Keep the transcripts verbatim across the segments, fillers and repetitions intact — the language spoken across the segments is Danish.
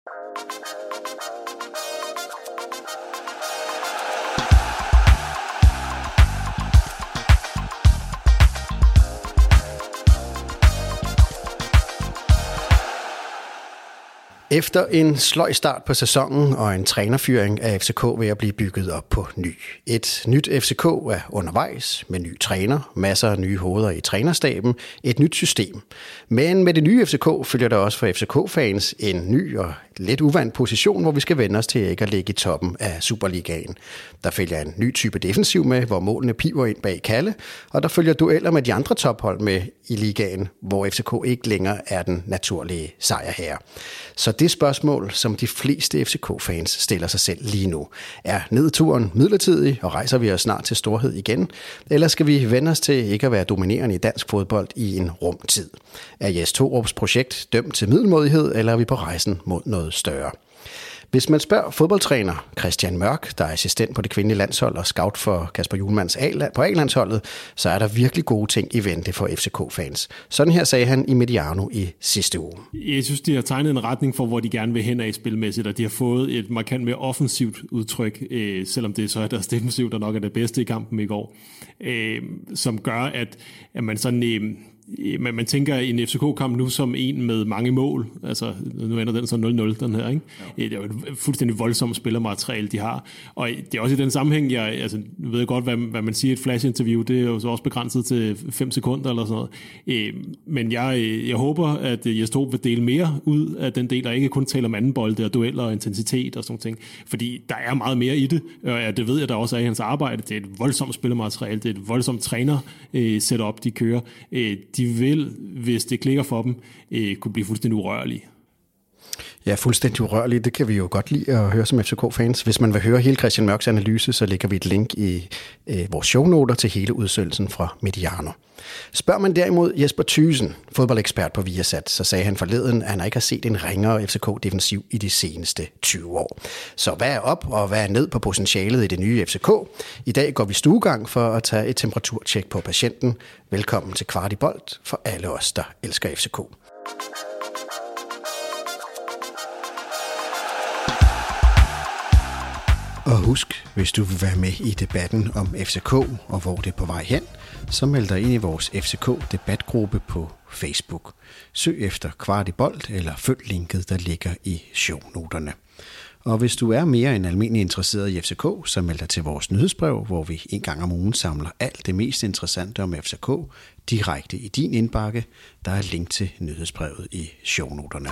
Efter en sløj start på sæsonen og en trænerfyring er F C K ved at blive bygget op på ny. Et nyt F C K er undervejs med ny træner, masser af nye hoveder i trænerstaben, et nyt system. Men med det nye F C K følger der også for F C K-fans en ny og lidt uvant position, hvor vi skal vende os til ikke at ligge i toppen af Superligaen. Der følger en ny type defensiv med, hvor målene piver ind bag Kalle, og der følger dueller med de andre tophold med i ligaen, hvor F C K ikke længere er den naturlige sejrherre. Så det spørgsmål, som de fleste F C K-fans stiller sig selv lige nu, er nedturen midlertidig, og rejser vi os snart til storhed igen? Eller skal vi vende os til ikke at være dominerende i dansk fodbold i en rumtid? Er Jes Torups projekt dømt til middelmådighed, eller er vi på rejsen mod noget større? Hvis man spørger fodboldtræner Christian Mørk, der er assistent på det kvindelige landshold og scout for Kasper Hjulmands på A-landsholdet, så er der virkelig gode ting i vente for F C K-fans. Sådan her sagde han i Mediano i sidste uge. Jeg synes, de har tegnet en retning for, hvor de gerne vil hen af spilmæssigt, og de har fået et markant mere offensivt udtryk, øh, selvom det så er deres defensivt, der nok er det bedste i kampen i går, øh, som gør, at, at man sådan... Øh, Men man tænker en F C K-kamp nu som en med mange mål. Altså, nu ender den så nul nul, den her, ikke? Ja. Det er jo et fuldstændig voldsomt spillermateriale, de har. Og det er også i den sammenhæng, jeg, altså, jeg ved godt, hvad, hvad man siger i et flash-interview, det er jo så også begrænset til fem sekunder eller sådan noget. Men jeg, jeg håber, at Jes Torup vil dele mere ud af den del, og ikke kun tale om anden bolde og dueller og intensitet og sådan ting. Fordi der er meget mere i det, og det ved jeg, der også er i hans arbejde. Det er et voldsomt spillermateriale, det er et voldsomt træner-setup, de kører. De vil, hvis det klikker for dem, øh, kunne blive fuldstændig urørlige. Ja, fuldstændig urørlige. Det kan vi jo godt lide at høre som F C K-fans. Hvis man vil høre hele Christian Mørks analyse, så lægger vi et link i øh, vores shownoter til hele udsendelsen fra Mediano. Spørger man derimod Jesper Thyssen, fodboldekspert på Viasat, så sagde han forleden, at han ikke har set en ringere F C K-defensiv i de seneste tyve år. Så hvad er op, og hvad er ned på potentialet i det nye F C K? I dag går vi stuegang for at tage et temperaturtjek på patienten. Velkommen til Kvart i Bold for alle os, der elsker F C K. Og husk, hvis du vil være med i debatten om F C K og hvor det er på vej hen, så meld dig ind i vores F C K-debatgruppe på Facebook. Søg efter Kvart i Bold eller følg linket, der ligger i shownoterne. Og hvis du er mere end almindelig interesseret i F C K, så meld dig til vores nyhedsbrev, hvor vi en gang om ugen samler alt det mest interessante om F C K direkte i din indbakke. Der er link til nyhedsbrevet i shownoterne.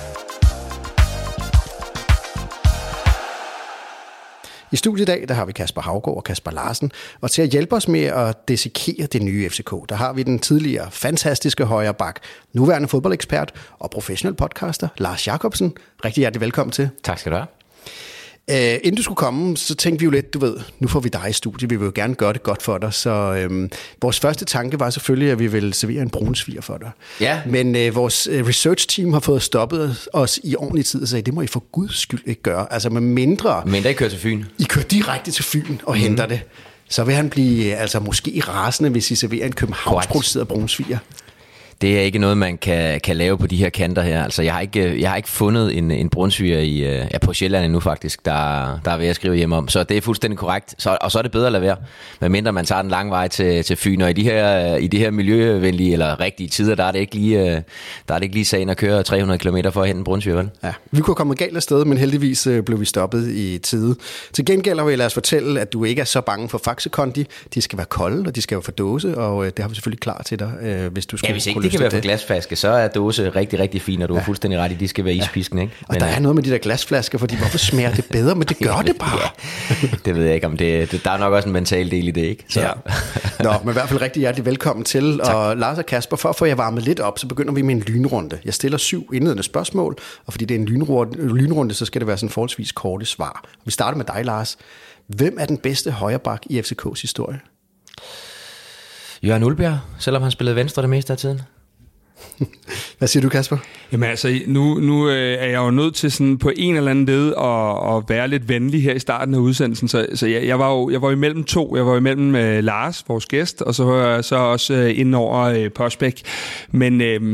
I studiet i dag, der har vi Kasper Haugaard og Kasper Larsen, og til at hjælpe os med at dissekere det nye F C K, der har vi den tidligere fantastiske højre bak, nuværende fodboldekspert og professionel podcaster, Lars Jacobsen. Rigtig hjertelig velkommen til. Tak skal du have. Uh, inden du skulle komme, så tænkte vi jo lidt, du ved, nu får vi dig i studiet, vi vil jo gerne gøre det godt for dig, så uh, vores første tanke var selvfølgelig, at vi ville servere en brunsviger for dig. Ja. Men uh, vores research team har fået stoppet os i ordentlig tid og sagde, det må I for guds skyld ikke gøre, altså med mindre... Mindre I kører til Fyn. I kører direkte til Fyn og mm. henter det, så vil han blive altså måske rasende, hvis I serverer en københavnsproduceret brunsviger. Det er ikke noget, man kan, kan lave på de her kanter her. Altså, jeg har ikke, jeg har ikke fundet en, en brunsviger i, ja, på Sjælland endnu faktisk, der, der er ved at skrive hjem om. Så det er fuldstændig korrekt. Så, og så er det bedre at lade være, medmindre man tager den lange vej til, til Fyn. Og i de her, i de her miljøvenlige eller rigtige tider, der er det ikke lige, der er det ikke lige sagen at køre tre hundrede kilometer for at hente en brunsviger, vel? Ja, vi kunne komme galt af sted, men heldigvis blev vi stoppet i tide. Til gengæld vil jeg lade os fortælle, at du ikke er så bange for Faxe Kondi. De skal være kolde, og de skal jo få dåse, og det har vi selvfølgelig klar til dig, hvis du skulle. Ja, hvis ikke det kan være for glasflaske, så er dåse rigtig, rigtig fin, og du er ja. fuldstændig ret i, de skal være ispisken, ikke? Og men, der er noget med de der glasflasker, fordi hvorfor smager det bedre, men det gør det bare. Ja, det ved jeg ikke, om det, det, der er nok også en mental del i det, ikke? Så. Ja. Nå, men i hvert fald rigtig hjertelig velkommen til, tak. Og Lars og Kasper, for at få jer varmet lidt op, så begynder vi med en lynrunde. Jeg stiller syv indledende spørgsmål, og fordi det er en lynrunde, lynrunde så skal det være sådan forholdsvis korte svar. Vi starter med dig, Lars. Hvem er den bedste højreback i F C K's historie? Jørgen Ulbjerg, selvom han spillede venstre det meste af tiden. Hvad siger du, Kasper? Jamen altså, nu, nu øh, er jeg jo nødt til sådan på en eller anden led at, at være lidt venlig her i starten af udsendelsen, så, så jeg, jeg var jo jeg var imellem to. Jeg var imellem øh, Lars, vores gæst, og så, så også øh, inden over øh, Postbæk. Men... Øh,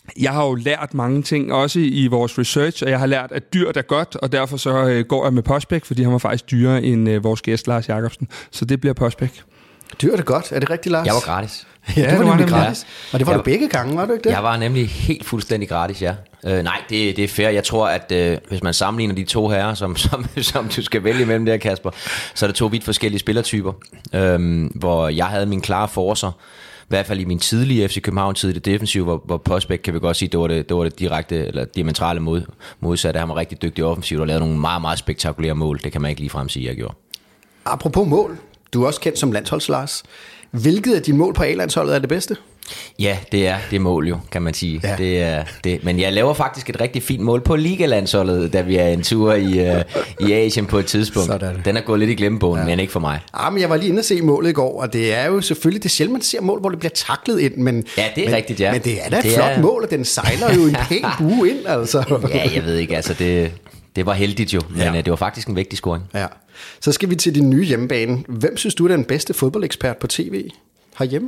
jeg har jo lært mange ting, også i vores research, og jeg har lært, at dyrt er godt, og derfor så øh, går jeg med Postbæk, fordi han var faktisk dyrere end øh, vores gæst, Lars Jacobsen. Så det bliver Postbæk. Dyrt er godt. Er det rigtigt, Lars? Jeg var gratis. Ja, ja, det var nemlig gratis. Ja. Og det var jeg, du begge gange, var du ikke det? Jeg var nemlig helt fuldstændig gratis, ja. Øh, nej, det, det er fair. Jeg tror, at øh, hvis man sammenligner de to herrer, som, som, som du skal vælge mellem der, Kasper, så er det to vidt forskellige spillertyper. Øh, hvor jeg havde min klare forcer, i hvert fald i min tidlige F C København-tid, det defensive, hvor, hvor Postbæk, kan vi godt sige, det var det, det, var det direkte, eller diametrale mod, modsatte. Han var rigtig dygtig offensivt og lavede nogle meget, meget spektakulære mål. Det kan man ikke ligefrem sige, jeg gjorde. Apropos mål, du er også kendt som landsholds Lars. Hvilket af dine mål på A-landsholdet er det bedste? Ja, det er det mål jo, kan man sige. Ja. Det er det. Men jeg laver faktisk et rigtig fint mål på Liga-landsholdet, da vi er en tur i, uh, i Asien på et tidspunkt. Sådan. Den er gået lidt i glemmebogen, ja. Men ikke for mig. Ja, men jeg var lige inde og se målet i går, og det er jo selvfølgelig, det er sjældent, man ser mål, hvor det bliver taklet ind. Men, ja, det er men, rigtigt, ja. Men det er da et det flot er... mål, og den sejler jo en pæn bue ind, altså. Ja, jeg ved ikke, altså det, det var heldigt jo, men ja. Det var faktisk en vigtig scoring. Ja. Så skal vi til din nye hjemmebane. Hvem synes du er den bedste fodboldekspert på tv herhjemme?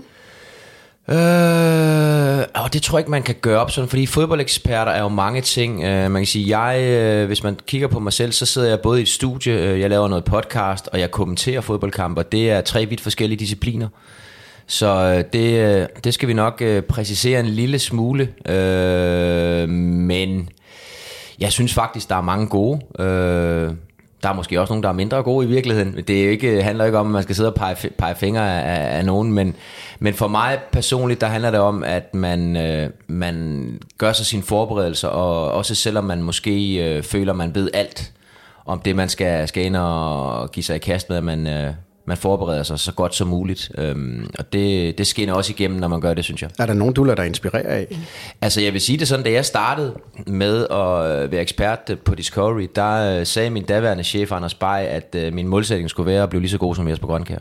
Øh, og det tror jeg ikke man kan gøre op sådan, fordi fodboldeksperter er jo mange ting. øh, Man kan sige, jeg øh, hvis man kigger på mig selv, så sidder jeg både i et studie, øh, jeg laver noget podcast, og jeg kommenterer fodboldkampe, og det er tre vidt forskellige discipliner. Så øh, det, øh, det skal vi nok øh, præcisere en lille smule, øh, men jeg synes faktisk der er mange gode. øh, Der er måske også nogen, der er mindre gode i virkeligheden. Det er jo ikke, handler ikke om, at man skal sidde og pege, pege fingre af, af nogen, men, men for mig personligt, der handler det om, at man, øh, man gør sig sine forberedelser, og også selvom man måske øh, føler, man ved alt om det, man skal, skal ind og give sig i kast med, at man, øh, man forbereder sig så godt som muligt. Øhm, og det, det skinner også igennem, når man gør det, synes jeg. Er der nogen, du lader dig inspirere af? Altså jeg vil sige det sådan, da jeg startede med at være ekspert på Discovery, der sagde min daværende chef Anders Bay, at min målsætning skulle være at blive lige så god som Jesper Grønkjær.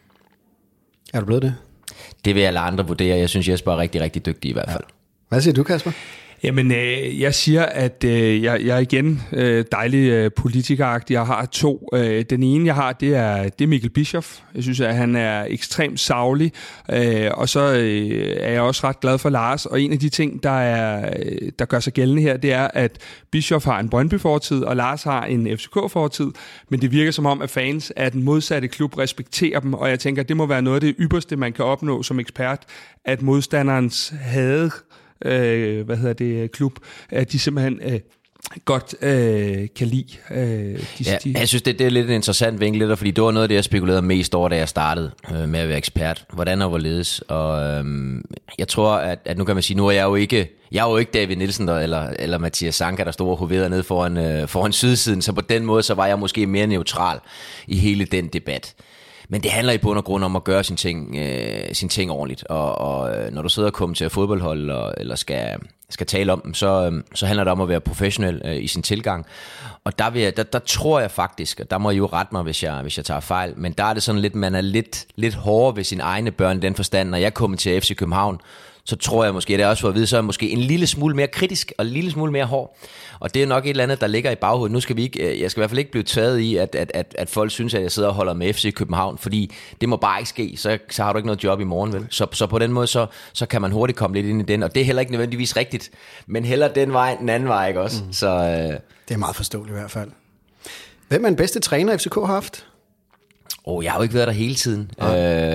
Er du blevet det? Det vil jeg lade andre vurdere. Jeg synes Jesper er rigtig, rigtig dygtig i hvert fald. Ja. Hvad siger du, Kasper? Jamen, øh, jeg siger, at øh, jeg, jeg er igen øh, dejlig øh, politikeragtig. Jeg har to. Øh, den ene, jeg har, det er, det er Mikkel Bischoff. Jeg synes, at han er ekstremt saglig. Øh, og så øh, er jeg også ret glad for Lars. Og en af de ting, der, er, der gør sig gældende her, det er, at Bischoff har en Brøndby-fortid, og Lars har en F C K-fortid. Men det virker som om, at fans af den modsatte klub respekterer dem. Og jeg tænker, at det må være noget af det ypperste, man kan opnå som ekspert, at modstanderens had... Øh, hvad hedder det, klub, at de simpelthen øh, godt øh, kan lide. Øh, de, ja, de... Jeg synes, det, det er lidt en interessant vinkel, fordi det var noget af det, jeg spekulerede mest over, da jeg startede øh, med at være ekspert. Hvordan og hvorledes. Og øh, jeg tror, at, at nu kan man sige, nu er jeg jo ikke, jeg er jo ikke David Nielsen der, eller, eller Mathias Sanka, der stod og hoverede ned foran, øh, foran sydsiden, så på den måde, så var jeg måske mere neutral i hele den debat. Men det handler i bund og grund om at gøre sine ting, øh, sine ting ordentligt. Og, og når du sidder og kommenterer fodboldhold, og, eller skal, skal tale om dem, så, øh, så handler det om at være professionel øh, i sin tilgang. Og der, vil jeg, der, der tror jeg faktisk, og der må I jo rette mig, hvis jeg, hvis jeg tager fejl, men der er det sådan lidt, man er lidt, lidt hårdere ved sine egne børn i den forstand. Når jeg kommenterer F C København, så tror jeg måske, at det er også for at vide, så er jeg måske en lille smule mere kritisk, og en lille smule mere hård. Og det er nok et eller andet, der ligger i baghovedet. Nu skal vi ikke, jeg skal i hvert fald ikke blive taget i, at, at, at, at folk synes, at jeg sidder og holder med F C København, fordi det må bare ikke ske, så, så har du ikke noget job i morgen, vel? Så, så på den måde, så, så kan man hurtigt komme lidt ind i den, og det er heller ikke nødvendigvis rigtigt, men heller den vej end den anden vej, ikke også? Mm. Så, øh... det er meget forståeligt i hvert fald. Hvem er den bedste træner, F C K har haft? Oh, jeg har jo ikke været der hele tiden. Øh,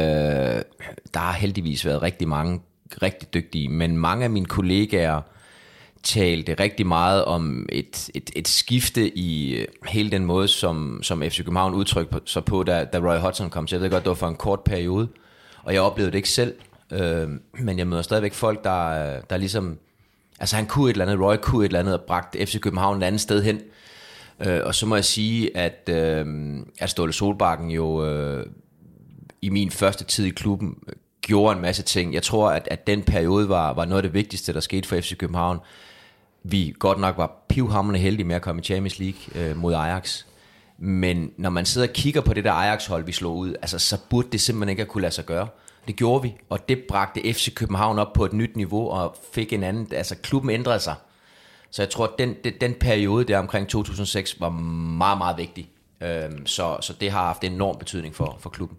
der har heldigvis været rigtig mange rigtig dygtige, men mange af mine kollegaer talte rigtig meget om et, et, et skifte i hele den måde, som, som F C København udtrykte sig på, da, da Roy Hodgson kom til. Jeg ved godt, det var for en kort periode, og jeg oplevede det ikke selv, øh, men jeg møder stadigvæk folk, der, der ligesom, altså han kunne et eller andet, Roy kunne et eller andet, og bragte F C København et andet sted hen. Øh, og så må jeg sige, at, øh, at Ståle Solbakken jo øh, i min første tid i klubben gjorde en masse ting. Jeg tror, at, at den periode var, var noget af det vigtigste, der skete for F C København. Vi godt nok var pivhamrende heldige med at komme i Champions League øh, mod Ajax. Men når man sidder og kigger på det der Ajax-hold, vi slog ud, altså, så burde det simpelthen ikke at kunne lade sig gøre. Det gjorde vi, og det bragte F C København op på et nyt niveau, og fik en anden, altså klubben ændrede sig. Så jeg tror, at den, den, den periode der omkring to tusind og seks var meget, meget vigtig. Øhm, så, så det har haft en enorm betydning for, for klubben.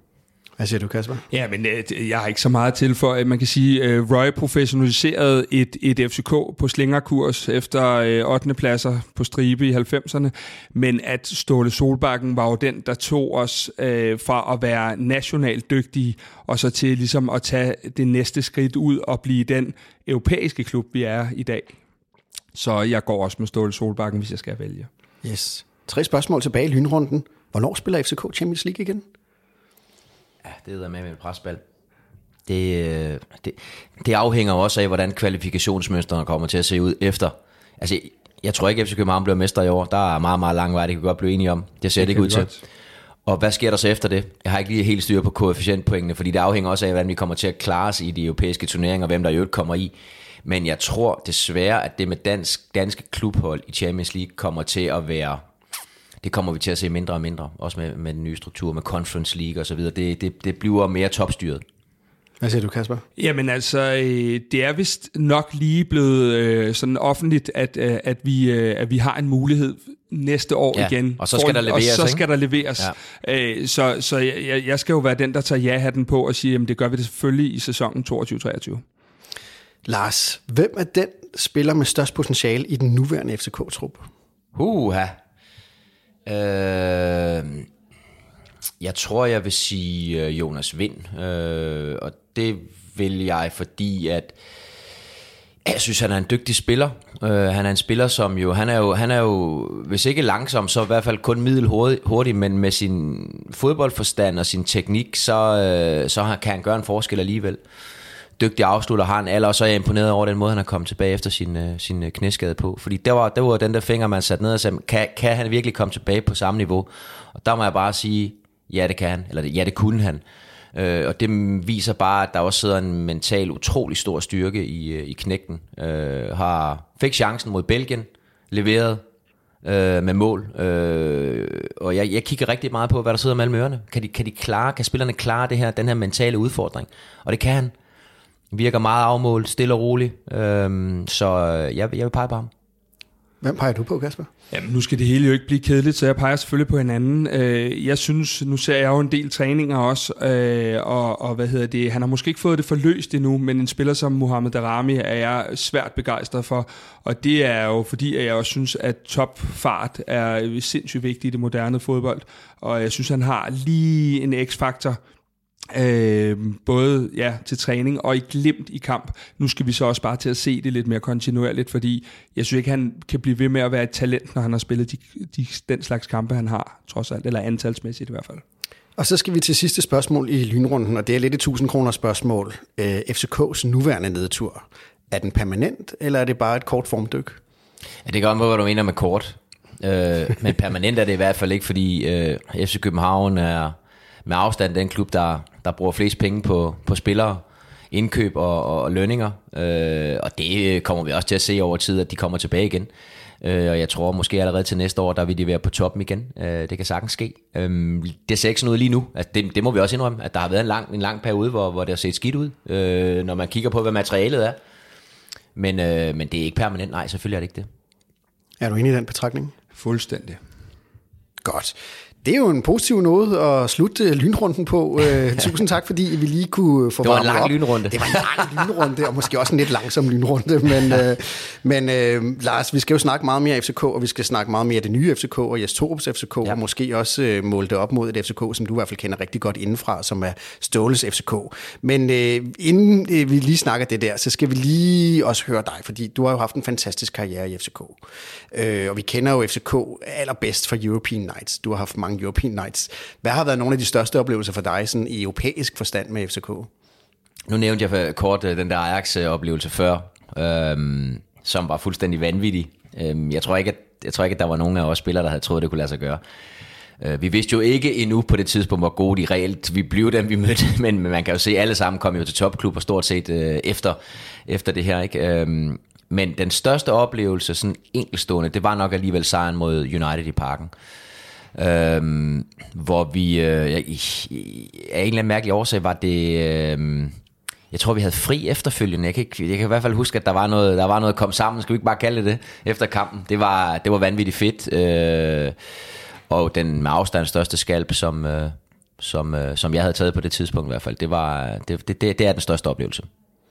Hvad siger du, Kasper? Ja, men øh, jeg har ikke så meget til for, man kan sige, øh, Roy professionaliserede et, et F C K på slingerkurs efter øh, ottende pladser på stribe i halvfemserne, men at Ståle Solbakken var jo den, der tog os øh, fra at være nationalt dygtige, og så til ligesom at tage det næste skridt ud og blive den europæiske klub, vi er i dag. Så jeg går også med Ståle Solbakken, hvis jeg skal vælge. Yes. Tre spørgsmål tilbage i lynrunden. Hvornår spiller F C K Champions League igen? Ja, det er med med et presbal. Det, det, det afhænger også af, hvordan kvalifikationsmønstrene kommer til at se ud efter. Altså, jeg tror ikke, at F C København bliver mester i år. Der er meget, meget lang vej, det kan vi godt blive enige om. Det ser det, det ikke ud til. Godt. Og hvad sker der så efter det? Jeg har ikke lige helt styr på koefficientpoengene, fordi det afhænger også af, hvordan vi kommer til at klare os i de europæiske turneringer, og hvem der i øvrigt kommer i. Men jeg tror desværre, at det med dansk, danske klubhold i Champions League kommer til at være... Det kommer vi til at se mindre og mindre, også med, med den nye struktur, med Conference League og så videre. Det, det, det bliver mere topstyret. Hvad siger du, Kasper? Jamen altså, det er vist nok lige blevet sådan offentligt, at, at, vi, at vi har en mulighed næste år ja, igen. Og så skal der leveres, Og så skal der leveres. Ja. Så, så jeg, jeg skal jo være den, der tager ja-hatten på og siger, at det gør vi det selvfølgelig i sæsonen toogtyve treogtyve. Lars, hvem er den spiller med størst potentiale i den nuværende F C K-trup? Uha. Øh, jeg tror, jeg vil sige Jonas Vind, øh, og det vil jeg, fordi at jeg synes, han er en dygtig spiller. Uh, han er en spiller, som jo han, er jo, han er jo, hvis ikke langsom, så i hvert fald kun middelhurtig, men med sin fodboldforstand og sin teknik, så, uh, så kan han gøre en forskel alligevel. Dygtig afslutter har han alder, og så er jeg imponeret over den måde, han er kommet tilbage efter sin, uh, sin knæskade på. Fordi der var, der var den der finger, man satte ned og sagde, kan, kan han virkelig komme tilbage på samme niveau? Og der må jeg bare sige, ja det kan han, eller ja det kunne han. Uh, og det viser bare, at der også sidder en mental utrolig stor styrke i, uh, i knægten. Uh, har, fik chancen mod Belgien, leveret uh, med mål. Uh, og jeg, jeg kigger rigtig meget på, hvad der sidder mellem ørerne. Kan de, kan de klare, kan spillerne klare det her, den her mentale udfordring? Og det kan han. Virker meget afmålt, stille og roligt. Øhm, så jeg, jeg vil pege på ham. Hvem peger du på, Kasper? Jamen, nu skal det hele jo ikke blive kedeligt, så jeg peger selvfølgelig på hinanden. Jeg synes, nu ser jeg jo en del træninger også, og, og hvad hedder det, han har måske ikke fået det forløst endnu, men en spiller som Mohamed Daramy er jeg svært begejstret for, og det er jo fordi, at jeg også synes, at topfart er sindssygt vigtigt i det moderne fodbold, og jeg synes, han har lige en x-faktor, Øh, både ja, til træning og i glimt i kamp. Nu skal vi så også bare til at se det lidt mere kontinuerligt, fordi jeg synes ikke, han kan blive ved med at være et talent, når han har spillet de, de, den slags kampe, han har, trods alt, eller antalsmæssigt i hvert fald. Og så skal vi til sidste spørgsmål i lynrunden, og det er lidt et tusind kroner spørgsmål. Øh, F C K's nuværende nedtur, er den permanent, eller er det bare et kort formdyk? Ja, det gør mig, hvad du mener med kort. Øh, men permanent er det i hvert fald ikke, fordi øh, F C København er med afstand den klub, der, der bruger flest penge på, på spillere, indkøb og, og, og lønninger. Øh, og det kommer vi også til at se over tid, at de kommer tilbage igen. Øh, og jeg tror måske allerede til næste år, der vil de være på toppen igen. Øh, det kan sagtens ske. Øh, det ser ikke sådan ud lige nu. Altså, det, det må vi også indrømme, at der har været en lang, en lang periode, hvor, hvor det har set skidt ud, øh, når man kigger på, hvad materialet er. Men, øh, men det er ikke permanent. Nej, selvfølgelig er det ikke det. Er du enig i den betragtning? Fuldstændig. Godt. Det er jo en positiv noget at slutte lynrunden på. Uh, tusind tak, fordi vi lige kunne få varmet op. Det var en lang lynrunde. Det var en lang lynrunde, og måske også en lidt langsom lynrunde. Men, uh, men uh, Lars, vi skal jo snakke meget mere F C K, og vi skal snakke meget mere af det nye F C K og Jes Torups F C K, ja. Og måske også uh, måle det op mod et F C K, som du i hvert fald kender rigtig godt indenfra, som er Ståles F C K. Men uh, inden uh, vi lige snakker det der, så skal vi lige også høre dig, fordi du har jo haft en fantastisk karriere i F C K. Uh, og vi kender jo F C K allerbedst fra European Nights. Du har haft mange European Nights. Hvad har været nogle af de største oplevelser for dig sådan i europæisk forstand med F C K? Nu nævnte jeg kort den der Ajax-oplevelse før, øhm, som var fuldstændig vanvittig. Øhm, jeg, tror ikke, at, jeg tror ikke, at der var nogen af os spillere, der havde troet, det kunne lade sig gøre. Øh, vi vidste jo ikke endnu på det tidspunkt, hvor gode de reelt vi blev dem, vi mødte, men, men man kan jo se, at alle sammen kom jo til topklub og stort set øh, efter, efter det her, ikke? Øhm, men den største oplevelse, sådan enkeltstående, det var nok alligevel sejren mod United i Parken. Øhm, hvor vi øh, af en eller anden mærkelig årsag var det øh, jeg tror vi havde fri efterfølgende. Jeg kan, ikke, jeg kan i hvert fald huske, at der var noget, der var noget kom sammen, skal vi ikke bare kalde det efter kampen. Det var, det var vanvittigt fedt, øh, og den med afstand største skalp, som, øh, som, øh, som jeg havde taget på det tidspunkt i hvert fald. Det, var, det, det, det er den største oplevelse.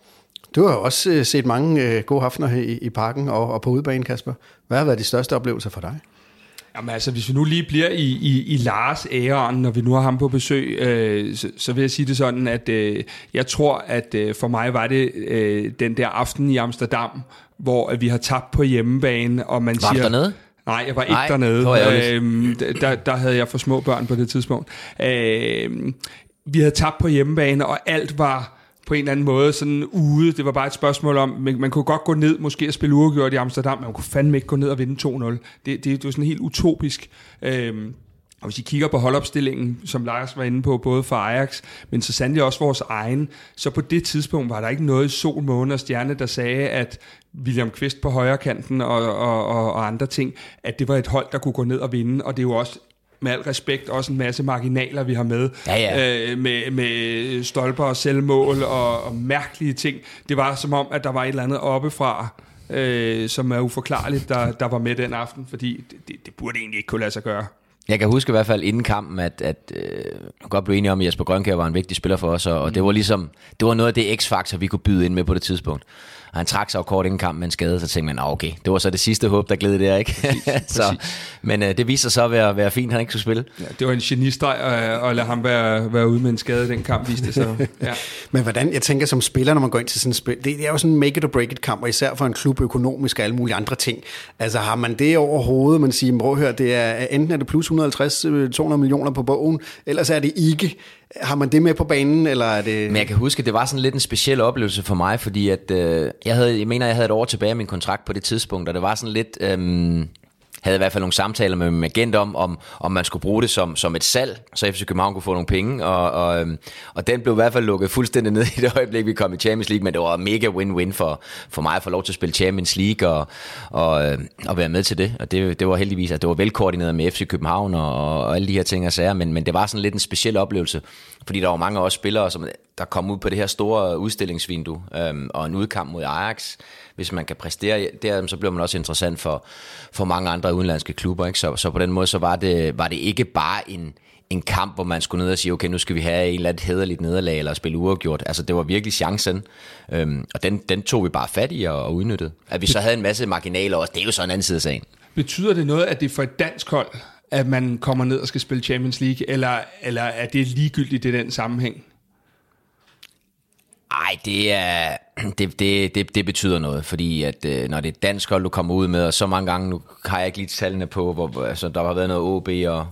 Du har også øh, set mange øh, gode aftener i, i parken og, og på udebane, Kasper. Hvad har været de største oplevelser for dig? Jamen altså, hvis vi nu lige bliver i, i, i Lars æren, når vi nu har ham på besøg, øh, så, så vil jeg sige det sådan, at øh, jeg tror, at øh, for mig var det øh, den der aften i Amsterdam, hvor øh, vi har tabt på hjemmebane, og man var siger... Var du dernede? Nej, jeg var ikke Nej, dernede. Øhm, der, der havde jeg for små børn på det tidspunkt. Øhm, vi havde tabt på hjemmebane, og alt var på en eller anden måde sådan ude. Det var bare et spørgsmål om, man, man kunne godt gå ned, måske at spille uafgjort i Amsterdam, men man kunne fandme ikke gå ned og vinde to nul. Det, det, det var sådan helt utopisk. Øhm, og hvis I kigger på holdopstillingen, som Lars var inde på, både for Ajax, men så sandelig også vores egen, så på det tidspunkt var der ikke noget sol, måne og stjerne, der sagde, at William Kvist på højre kanten og, og, og, og andre ting, at det var et hold, der kunne gå ned og vinde, og det er jo også med al respekt også en masse marginaler, vi har med, ja, ja. Øh, med, med stolper og selvmål og, og mærkelige ting. Det var som om, at der var et eller andet oppefra, øh, som er uforklarligt, der, der var med den aften, fordi det, det, det burde egentlig ikke kunne lade sig gøre. Jeg kan huske i hvert fald inden kampen, at, at øh, godt blev enige om, at Jesper Grønkjær var en vigtig spiller for os, og, og det var ligesom, det var noget af det X-faktor, vi kunne byde ind med på det tidspunkt. Og han trak sig jo kort inden kampen med en skade, så tænkte man, ah, okay, det var så det sidste håb, der gled der, ikke? Præcis, præcis. så, men øh, det viser sig så at være, være fint, han ikke skulle spille. Ja, det var en genistreg at, at lade ham være, være ude med en skade, den kamp viste så. Ja. Men hvordan, jeg tænker som spiller, når man går ind til sådan et spil, det, det er jo sådan en make it or break it kamp, og især for en klub økonomisk og alle mulige andre ting. Altså har man det overhovedet, man siger, prøv at høre, det er, enten er det plus et hundrede og halvtreds til to hundrede millioner på bogen, ellers er det ikke. Har man det med på banen, eller er det... Men jeg kan huske, det var sådan lidt en speciel oplevelse for mig, fordi at, øh, jeg, havde, jeg mener, jeg havde et år tilbage af min kontrakt på det tidspunkt, og det var sådan lidt... Øh, havde i hvert fald nogle samtaler med min agent om, om, om man skulle bruge det som, som et salg, så F C København kunne få nogle penge, og, og, og den blev i hvert fald lukket fuldstændig ned i det øjeblik, vi kom i Champions League, men det var mega win-win for, for mig at få lov til at spille Champions League og, og, og være med til det, og det, det var heldigvis, at det var velkoordineret med F C København og, og alle de her ting og sager, men, men det var sådan lidt en speciel oplevelse, fordi der var mange af os spillere, som, der kom ud på det her store udstillingsvindue, øhm, og en udkamp mod Ajax. Hvis man kan præstere der, så bliver man også interessant for, for mange andre udenlandske klubber, ikke? Så, så på den måde så var det, var det ikke bare en, en kamp, hvor man skulle ned og sige, okay, nu skal vi have en eller anden hæderligt nederlag eller spille uafgjort. Altså det var virkelig chancen, øhm, og den, den tog vi bare fat i og, og udnyttede. At vi så havde en masse marginaler også, det er jo så en anden side af sagen. Betyder det noget, at det er for et dansk hold, at man kommer ned og skal spille Champions League, eller, eller er det ligegyldigt i den sammenhæng? Ej, det er det, det, det, det betyder noget, fordi at øh, når det er dansk hold, du kommer ud med, og så mange gange, nu har jeg ikke lige tallene på, hvor altså, der har været noget O B, og,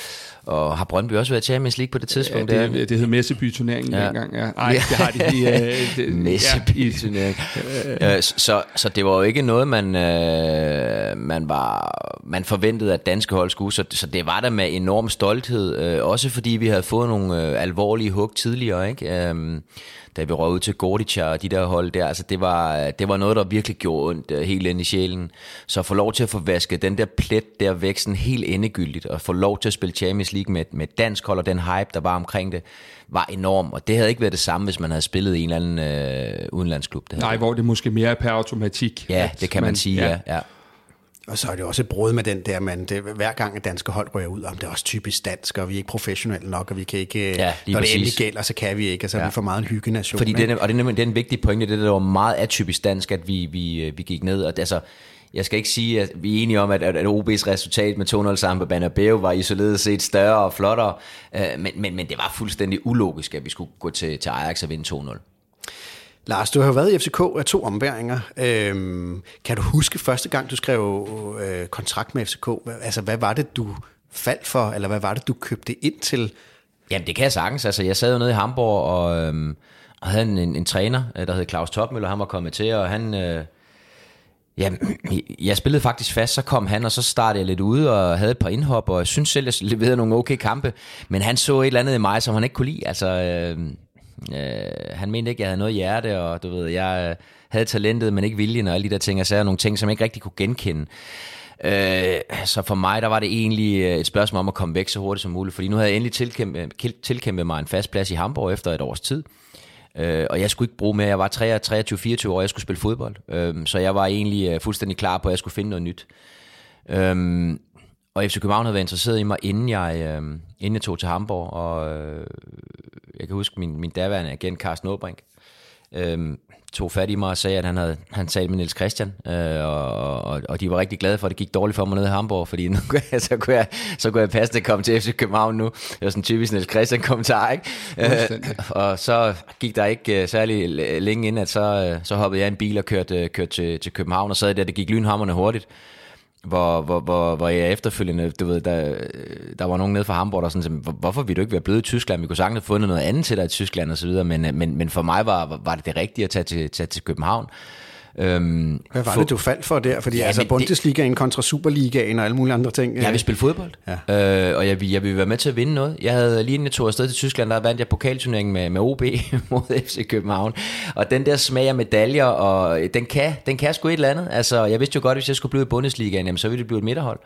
og har Brøndby også været Champions League på det tidspunkt? Ja, det, det hed Messeby-turneringen ja. dengang, ja. Ej, det har de i... Messeby-turneringen. Ja, så, så det var jo ikke noget, man, øh, man, var, man forventede, at danske hold skulle, så, så det var der med enorm stolthed, øh, også fordi vi havde fået nogle øh, alvorlige hug tidligere, ikke? Øh, da vi røg ud til Gordica og de der hold der, altså det var, det var noget, der virkelig gjorde ondt uh, helt ind i sjælen. Så at få lov til at få vasket den der plet der væk sådan helt endegyldigt, og få lov til at spille Champions League med, med dansk hold, og den hype, der var omkring det, var enorm. Og det havde ikke været det samme, hvis man havde spillet i en eller anden uh, udenlandsklub. Det Nej, hvor det måske mere er per automatik. Ja, det kan man, man sige, ja. ja. Og så er det også et brud med den der, men det, hver gang et danske hold rører ud, om det er også typisk dansk, og vi er ikke professionelle nok, og vi kan ikke, ja, når det endelig gælder, så kan vi ikke, og så er ja. vi for meget en hyggenation. Fordi det er, og det er nemlig det er en vigtig pointe, det der var meget atypisk dansk, at vi, vi, vi gik ned, og altså, jeg skal ikke sige, at vi er enige om, at, at O B's resultat med to nul sammen på Bernabeu var isoleret set større og flottere, men, men, men det var fuldstændig ulogisk, at vi skulle gå til, til Ajax og vinde to nul. Lars, du har jo været i F C K af to ombæringer. Øhm, kan du huske første gang, du skrev øh, kontrakt med F C K? Altså, hvad var det, du faldt for, eller hvad var det, du købte ind til? Jamen, det kan jeg sagtens. Altså, jeg sad jo nede i Hamburg og, øhm, og havde en, en, en træner, der hed Claus Topmøller, han var kommet til, og han... Øh, ja, jeg spillede faktisk fast, så kom han, og så startede jeg lidt ude og havde et par indhop, og jeg synes selv, jeg leverede nogle okay kampe, men han så et eller andet i mig, som han ikke kunne lide. Altså... Øh, Uh, han mente ikke, at jeg havde noget hjerte, og du ved, jeg uh, havde talentet, men ikke viljen, og alle de der ting, og så er nogle ting, som jeg ikke rigtig kunne genkende. Uh, så for mig, der var det egentlig et spørgsmål om at komme væk så hurtigt som muligt, fordi nu havde jeg endelig tilkæmpet, tilkæmpet mig en fast plads i Hamburg efter et års tid, uh, og jeg skulle ikke bruge mere. Jeg var treogtyve fireogtyve år, og jeg skulle spille fodbold, uh, så jeg var egentlig uh, fuldstændig klar på, at jeg skulle finde noget nyt. Uh, og F C København havde været interesseret i mig, inden jeg, øh, inden jeg tog til Hamburg, og øh, jeg kan huske, min, min daværende agent, Carsten Åbrink, øh, tog fat i mig og sagde, at han havde han talt med Niels Christian, øh, og, og, og de var rigtig glade for, at det gik dårligt for mig nede i Hamburg, fordi nu, så, kunne jeg, så kunne jeg passende komme til F C København nu. Det var sådan en typisk Niels Christian kommentar, ikke? Øh, og så gik der ikke uh, særlig længe inden, at så, uh, så hoppede jeg i en bil og kørte, kørte til, til København, og sad der, det gik lynhamrende hurtigt. Hvor, hvor, hvor, hvor jeg efterfølgende, du ved, der, der var nogen nede fra Hamburg, der sådan, hvorfor vil du ikke være blevet i Tyskland? Vi kunne sagtens have fundet noget andet til dig i Tyskland og så videre, men, men, men for mig var, var det det rigtige at tage til, tage til København. Øhm, Hvad var for, det, du faldt for der? Fordi ja, altså Bundesligaen kontra Superligaen og alle mulige andre ting. Jeg vil spille fodbold, ja. øh, og jeg, jeg ville være med til at vinde noget. Jeg havde lige inden jeg tog afsted til Tyskland, der vandt jeg pokalturneringen med, med O B mod F C København. Og den der smag af medaljer, og den kan, den kan sgu et eller andet. Altså, jeg vidste jo godt, at hvis jeg skulle blive i Bundesligaen, jamen, så ville det blive et midterhold.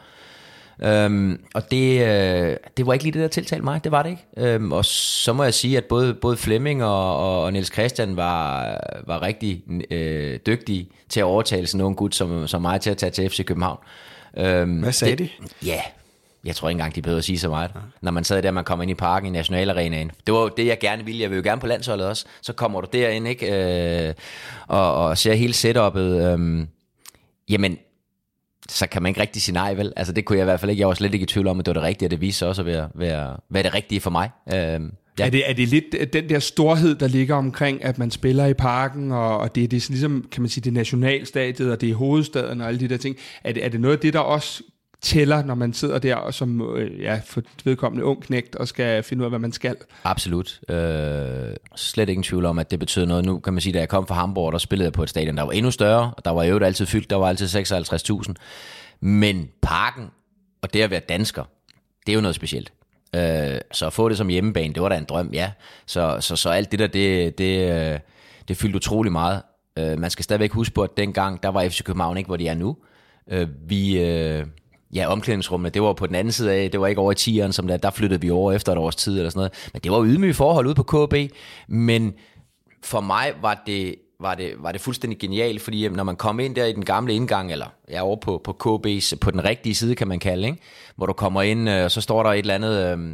Øhm, og det, øh, det var ikke lige det, der tiltalte mig. Det var det ikke. Øhm, og så må jeg sige, at både, både Flemming og, og, og Niels Christian var, var rigtig øh, dygtige til at overtale sådan nogle gut som, som mig til at tage til F C København. Øhm, Hvad sagde det, de? Ja, jeg tror ikke engang, de behøver at sige så meget. Ja. Når man sad der, man kom ind i parken i Nationalarenaen. Det var jo det, jeg gerne ville. Jeg vil jo gerne på landsholdet også. Så kommer du derind, ikke? Øh, og, og ser hele setup'et. Øh, jamen, så kan man ikke rigtig sige nej, vel? Altså det kunne jeg i hvert fald ikke. Jeg var slet ikke i tvivl om, at det var det rigtige, og det viste sig også at være, være, være det rigtige for mig. Øhm, ja. er, det, er det lidt den der storhed, der ligger omkring, at man spiller i parken, og, og det er det, ligesom, kan man sige, det nationalstadiet, og det er hovedstaden og alle de der ting. Er det, er det noget af det, der også tæller, når man sidder der og som øh, ja, for vedkommende ung knægt og skal finde ud af, hvad man skal? Absolut. Øh, slet ikke en tvivl om, at det betyder noget. Nu kan man sige, da jeg kom fra Hamburg, der spillede jeg på et stadion, der var endnu større, og der var jo altid fyldt, der var altid seksoghalvtreds tusind. Men parken, og det at være dansker, det er jo noget specielt. Øh, så at få det som hjemmebane, det var da en drøm, ja. Så, så, så alt det der, det, det, det fyldte utrolig meget. Øh, man skal stadigvæk huske på, at dengang, der var F C København ikke, hvor de er nu. Øh, vi... Øh, Ja, omklædningsrummene, det var på den anden side af, det var ikke over i tieren, som der, der flyttede vi over efter et års tid eller sådan noget. Men det var ydmyge forhold ude på K B, men for mig var det, var det, var det fuldstændig genialt, fordi når man kom ind der i den gamle indgang, eller ja, over på, på K B's, på den rigtige side, kan man kalde, ikke? Hvor du kommer ind, og så står der et eller andet... Øh,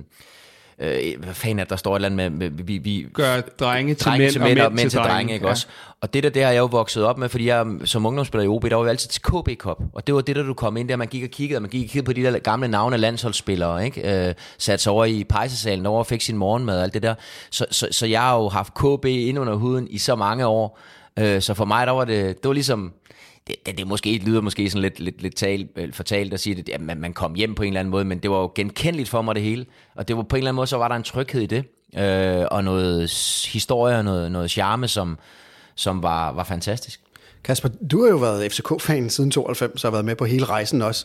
Øh, hvad fanden er der står et eller andet med, med vi, vi gør drenge til drenge mænd, til og mænd, og mænd til, til drenge, drenge, ikke ja. også? Og det der, det har jeg jo vokset op med, fordi jeg som ungdomsspiller i O B, der var jo altid til K B Cup, og det var det der, du kom ind der, man gik og kiggede, og man gik og kiggede på de der gamle navne af landsholdsspillere, ikke? Øh, satte sig over i pejsesalen over og fik sin morgenmad og alt det der. Så, så, så jeg har jo haft K B ind under huden i så mange år, øh, så for mig, der var det, det var ligesom... Det, det, det måske lyder måske sådan lidt, lidt, lidt tal, fortalt at sige, at man, man kom hjem på en eller anden måde, men det var jo genkendeligt for mig det hele, og det var på en eller anden måde, så var der en tryghed i det, øh, og noget historie og noget, noget charme, som, som var, var fantastisk. Kasper, du har jo været F C K-fan siden tooghalvfems, og har været med på hele rejsen også.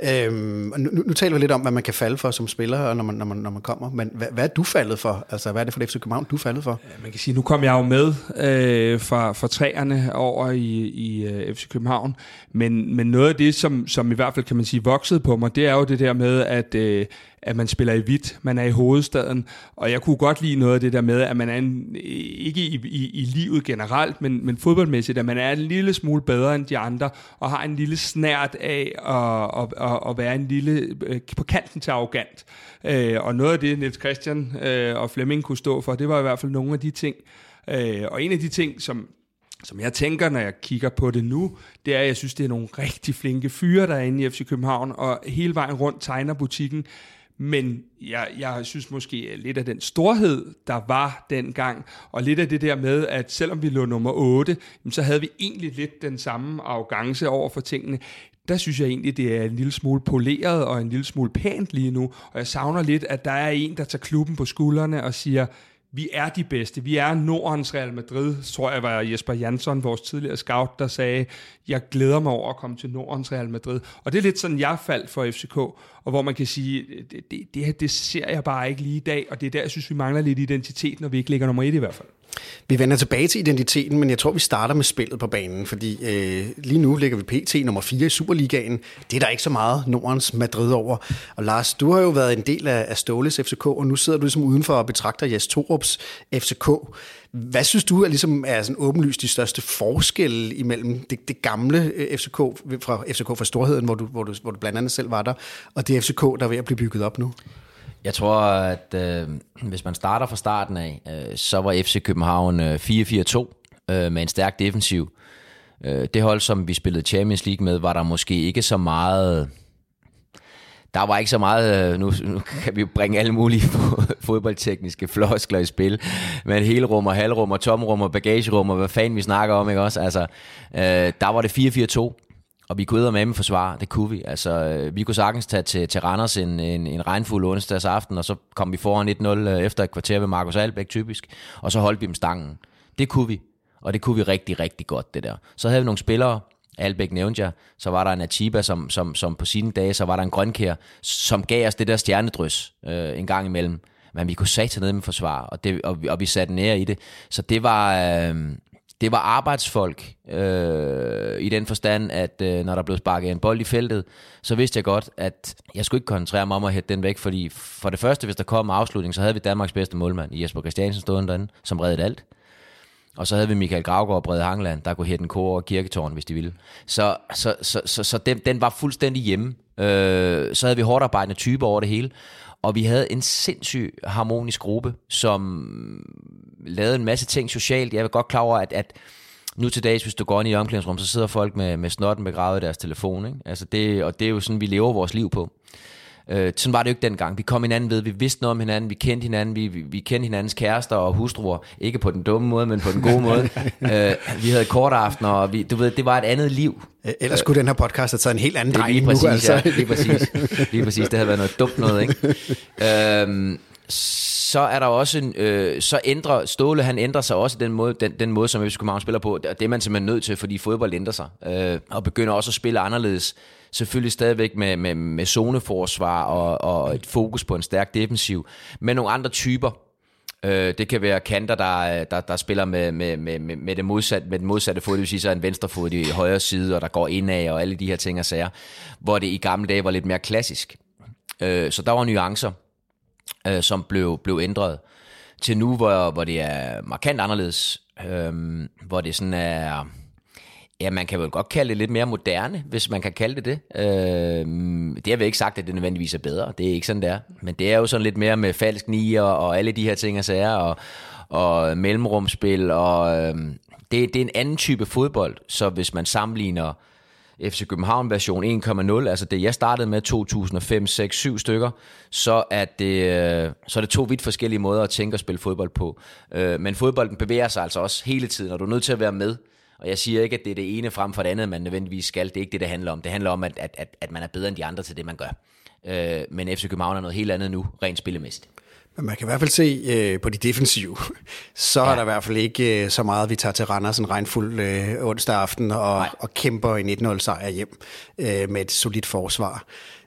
Øhm, nu, nu taler vi lidt om, hvad man kan falde for som spiller, når man, når man, når man kommer. Men hvad, hvad er du faldet for? Altså, hvad er det for det F C København, du er faldet for? Ja, man kan sige, nu kom jeg jo med øh, fra, fra træerne over i, i uh, F C København. Men, men noget af det, som, som i hvert fald kan man sige voksede på mig, det er jo det der med, at... Øh, at man spiller i hvidt, man er i hovedstaden, og jeg kunne godt lide noget af det der med, at man er en, ikke i, i, i livet generelt, men, men fodboldmæssigt, at man er en lille smule bedre end de andre, og har en lille snært af at, at, at, at være en lille, på kanten til arrogant. Og noget af det, Niels Christian og Flemming kunne stå for, det var i hvert fald nogle af de ting. Og en af de ting, som som jeg tænker, når jeg kigger på det nu, det er, at jeg synes, det er nogle rigtig flinke fyre, der er inde i F C København, og hele vejen rundt tegner butikken. Men jeg, jeg synes måske lidt af den storhed, der var dengang, og lidt af det der med, at selvom vi lå nummer otte, så havde vi egentlig lidt den samme arrogance over for tingene. Der synes jeg egentlig, det er en lille smule poleret og en lille smule pænt lige nu, og jeg savner lidt, at der er en, der tager klubben på skuldrene og siger, vi er de bedste. Vi er Nordens Real Madrid, tror jeg var Jesper Jansson, vores tidligere scout, der sagde, jeg glæder mig over at komme til Nordens Real Madrid. Og det er lidt sådan, jeg faldt for F C K, og hvor man kan sige, det, det, det, det ser jeg bare ikke lige i dag, og det er der, jeg synes, vi mangler lidt identitet, når vi ikke ligger nummer et i hvert fald. Vi vender tilbage til identiteten, men jeg tror, vi starter med spillet på banen, fordi øh, lige nu ligger vi P T nummer fire i Superligaen. Det er der ikke så meget Nordens Madrid over. Og Lars, du har jo været en del af, af Ståles F C K, og nu sidder du ligesom udenfor og betragter Jes Torups F C K. Hvad synes du er, ligesom, er sådan åbenlyst de største forskelle imellem det, det gamle F C K fra F C K fra Storheden, hvor du, hvor, du, hvor du blandt andet selv var der, og det F C K, der er ved at blive bygget op nu? Jeg tror, at øh, hvis man starter fra starten af, øh, så var F C København øh, fire fire to øh, med en stærk defensiv. Øh, det hold, som vi spillede Champions League med, var der måske ikke så meget... Der var ikke så meget... Øh, nu, nu kan vi jo bringe alle mulige fodboldtekniske floskler i spil, med helrum og halvrum og tomrum og bagagerum og hvad fanden vi snakker om, ikke også? Altså, øh, der var det fire fire to. Og vi kunne eddermame med forsvar, det kunne vi. Altså, vi kunne sagtens tage til, til Randers en, en, en regnfuld onsdags aften, og så kom vi foran et nul efter et kvarter ved Markus Albæk, typisk, og så holdt vi dem stangen. Det kunne vi, og det kunne vi rigtig, rigtig godt, det der. Så havde vi nogle spillere, Albæk nævnte jeg, så var der en Atiba, som, som, som på sine dage, så var der en Grønkær, som gav os det der stjernedrys øh, en gang imellem. Men vi kunne satan ned med forsvar, og, det, og, vi, og vi satte nær i det. Så det var... Øh, Det var arbejdsfolk øh, i den forstand, at øh, når der blev sparket en bold i feltet, så vidste jeg godt, at jeg skulle ikke koncentrere mig om at hætte den væk, fordi for det første, hvis der kom en afslutning, så havde vi Danmarks bedste målmand, Jesper Christiansen stående derinde, som reddede alt. Og så havde vi Michael Gravgaard og Brede Hangland, der kunne hætte en kor og kirketårn, hvis de ville. Så, så, så, så, så den, den var fuldstændig hjemme. Øh, så havde vi hårdt arbejdende typer over det hele. Og vi havde en sindssyg harmonisk gruppe, som lavede en masse ting socialt. Jeg er godt klar over, at, at nu til dags, hvis du går ind i et omklædningsrum, så sidder folk med, med snotten begravet i deres telefon. Ikke? Altså det, og det er jo sådan, vi lever vores liv på. Øh, sådan var det jo ikke dengang. Vi kom hinanden ved, vi vidste noget om hinanden, vi kendte hinanden, vi, vi, vi kendte hinandens kærester og hustruer. Ikke på den dumme måde, men på den gode måde. øh, vi havde kortaftener, og vi, du ved, det var et andet liv. Ellers skulle den her podcast have taget en helt anden drejning. Lige præcis, nu, altså. ja, lige præcis. Lige præcis, det havde været noget dumt noget, ikke? øhm, så er der også en, øh, så ændrer Ståle, han ændrer sig også den måde, den, den måde som F C København spiller på. Det er man simpelthen nødt til, fordi fodbold ændrer sig. Øh, og begynder også at spille anderledes. Selvfølgelig stadigvæk med, med, med zoneforsvar og, og et fokus på en stærk defensiv. Men nogle andre typer. Øh, det kan være kanter, der, der, der spiller med, med, med, med, det modsatte, med den modsatte fod, det vil sige så en venstre fod i højre side, og der går indad og alle de her ting og sager, hvor det i gamle dage var lidt mere klassisk. Øh, så der var nuancer, øh, som blev, blev ændret til nu, hvor, hvor det er markant anderledes, øh, hvor det sådan er... Ja, man kan vel godt kalde det lidt mere moderne, hvis man kan kalde det det. Øh, det har vi ikke sagt, at det nødvendigvis er bedre. Det er ikke sådan, det er. Men det er jo sådan lidt mere med falsk nier og alle de her ting og sager, og, og mellemrumspil. Og, øh, det, det er en anden type fodbold, så hvis man sammenligner F C København version en komma nul, altså det jeg startede med to tusind og fem, seks, syv stykker, så er det, så er det to vidt forskellige måder at tænke og spille fodbold på. Øh, men fodbolden bevæger sig altså også hele tiden, og du er nødt til at være med. Og jeg siger ikke, at det er det ene frem for det andet, man nødvendigvis skal. Det er ikke det, det handler om. Det handler om, at, at, at, at man er bedre end de andre til det, man gør. Øh, men F C København er noget helt andet nu, rent spillemæssigt. Men man kan i hvert fald se øh, på de defensive, så ja. er der i hvert fald ikke øh, så meget, vi tager til Randers en regnfuld øh, onsdag aften og, og kæmper en et nul sejr hjem øh, med et solidt forsvar.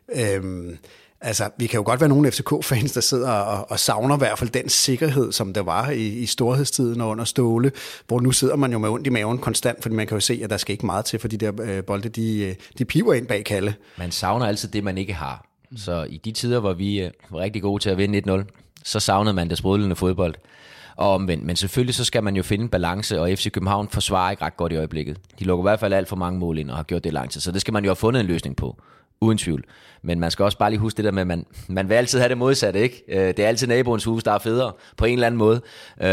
Øh, Altså, vi kan jo godt være nogle F C K-fans, der sidder og, og savner i hvert fald den sikkerhed, som der var i, i storhedstiden og under Ståle, hvor nu sidder man jo med ondt i maven konstant, fordi man kan jo se, at der skal ikke meget til, for de der øh, bolde, de, de piver ind bag Kalle. Man savner altid det, man ikke har. Så i de tider, hvor vi øh, var rigtig gode til at vinde et nul, så savnede man det sprudlende fodbold. Og omvendt. Men selvfølgelig så skal man jo finde en balance, og F C København forsvarer ikke ret godt i øjeblikket. De lukker i hvert fald alt for mange mål ind og har gjort det i lang tid, så det skal man jo have fundet en løsning på. Uden tvivl. Men man skal også bare lige huske det der med, at man, man vil altid have det modsatte, ikke? Det er altid naboens hus, der er federe, på en eller anden måde.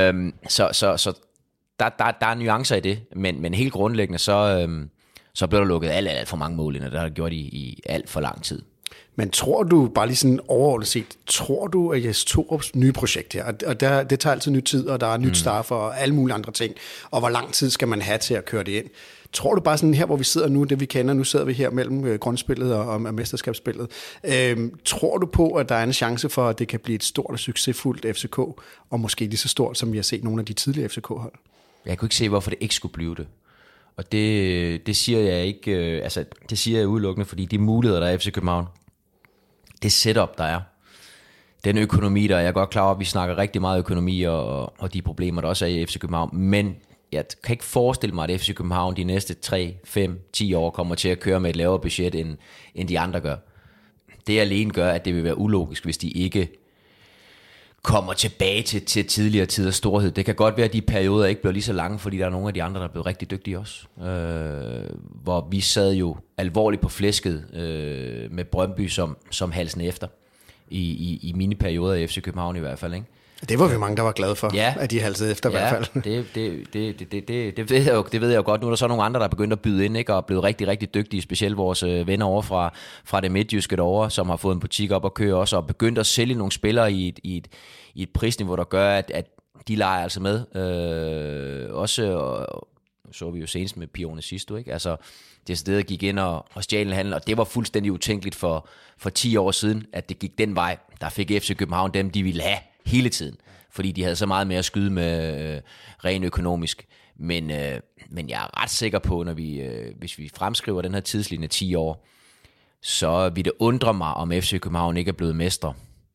Så, så, så der, der, der er nuancer i det, men, men helt grundlæggende, så, så bliver der lukket alt, alt for mange mål ind, og det har det gjort i, i alt for lang tid. Men tror du, bare lige sådan overordnet set, tror du, at Jes Torups nye projekt her, og der, det tager altid ny tid, og der er nyt mm. staff og alle mulige andre ting, og hvor lang tid skal man have til at køre det ind? Tror du bare sådan her, hvor vi sidder nu, det vi kender, nu sidder vi her mellem øh, grundspillet og, og mesterskabsspillet, øhm, tror du på, at der er en chance for, at det kan blive et stort og succesfuldt F C K, og måske lige så stort, som vi har set nogle af de tidligere F C K-hold? Jeg kunne ikke se, hvorfor det ikke skulle blive det. Og det, det siger jeg ikke, øh, altså det siger jeg udelukkende, fordi de muligheder, der er i F C København, det setup, der er, det den økonomi der. Jeg er godt klar over, at vi snakker rigtig meget økonomi og, og de problemer, der også er i F C København, men jeg kan ikke forestille mig, at F C København de næste tre, fem, ti år kommer til at køre med et lavere budget, end, end de andre gør. Det alene gør, at det vil være ulogisk, hvis de ikke kommer tilbage til, til tidligere tiders storhed. Det kan godt være, at de perioder ikke bliver lige så lange, fordi der er nogle af de andre, der er blevet rigtig dygtige også. Øh, hvor vi sad jo alvorligt på flæsket øh, med Brøndby som, som halsen efter, i, i, i mine perioder i F C København i hvert fald, ikke? Det var vi mange, der var glade for, ja, at de halsede efter ja, i hvert fald. Det, det, det, det, det, det, det, ved jeg jo, det ved jeg jo godt. Nu er der så nogle andre, der er begyndt at byde ind, ikke, og er blevet rigtig, rigtig dygtige, specielt vores øh, venner over fra, fra det midtjyske derovre, som har fået en butik op at køre også, og begyndt at sælge nogle spillere i et, i et, i et prisniveau, der gør, at, at de leger altså med. Øh, også, og, så vi jo senest med Pione sidst, ikke? Altså, det sted gik ind og, og stjal en handel, og det var fuldstændig utænkeligt for, for ti år siden, at det gik den vej. Der fik F C København dem, de ville have hele tiden, fordi de havde så meget mere at skyde med øh, rent økonomisk. Men, øh, men jeg er ret sikker på, når vi, øh, hvis vi fremskriver den her tidslinje ti år, så vil det undre mig, om F C København ikke er blevet mestre.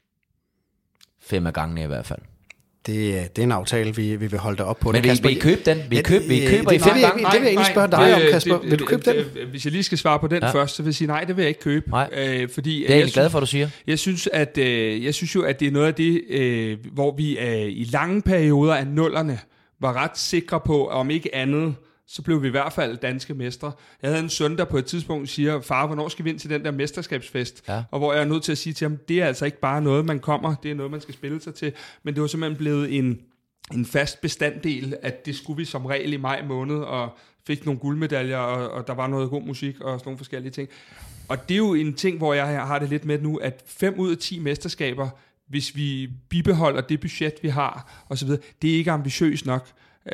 Fem af gangene i hvert fald. Det, det er en aftale, vi, vi vil holde dig op på. Men det, vil, vil I købe den? Vil I købe, vil I købe det, i fem det, gange? Det, det vil jeg egentlig spørge dig nej, om, Kasper. Det, vil du købe det, den? Hvis jeg lige skal svare på den ja. først, så vil jeg sige, nej, det vil jeg ikke købe. Nej. Øh, fordi, det er jeg egentlig glad for, at du siger. Jeg synes, at, øh, jeg synes jo, at det er noget af det, øh, hvor vi øh, i lange perioder af nullerne var ret sikre på, om ikke andet, så blev vi i hvert fald danske mestre. Jeg havde en søn, der på et tidspunkt siger, far, hvornår skal vi ind til den der mesterskabsfest? Ja. Og hvor jeg er nødt til at sige til ham, det er altså ikke bare noget, man kommer, det er noget, man skal spille sig til. Men det var simpelthen blevet en, en fast bestanddel, at det skulle vi som regel i maj måned, og fik nogle guldmedaljer, og, og der var noget god musik, og sådan nogle forskellige ting. Og det er jo en ting, hvor jeg har det lidt med nu, at fem ud af ti mesterskaber, hvis vi bibeholder det budget, vi har, og så videre, det er ikke ambitiøst nok.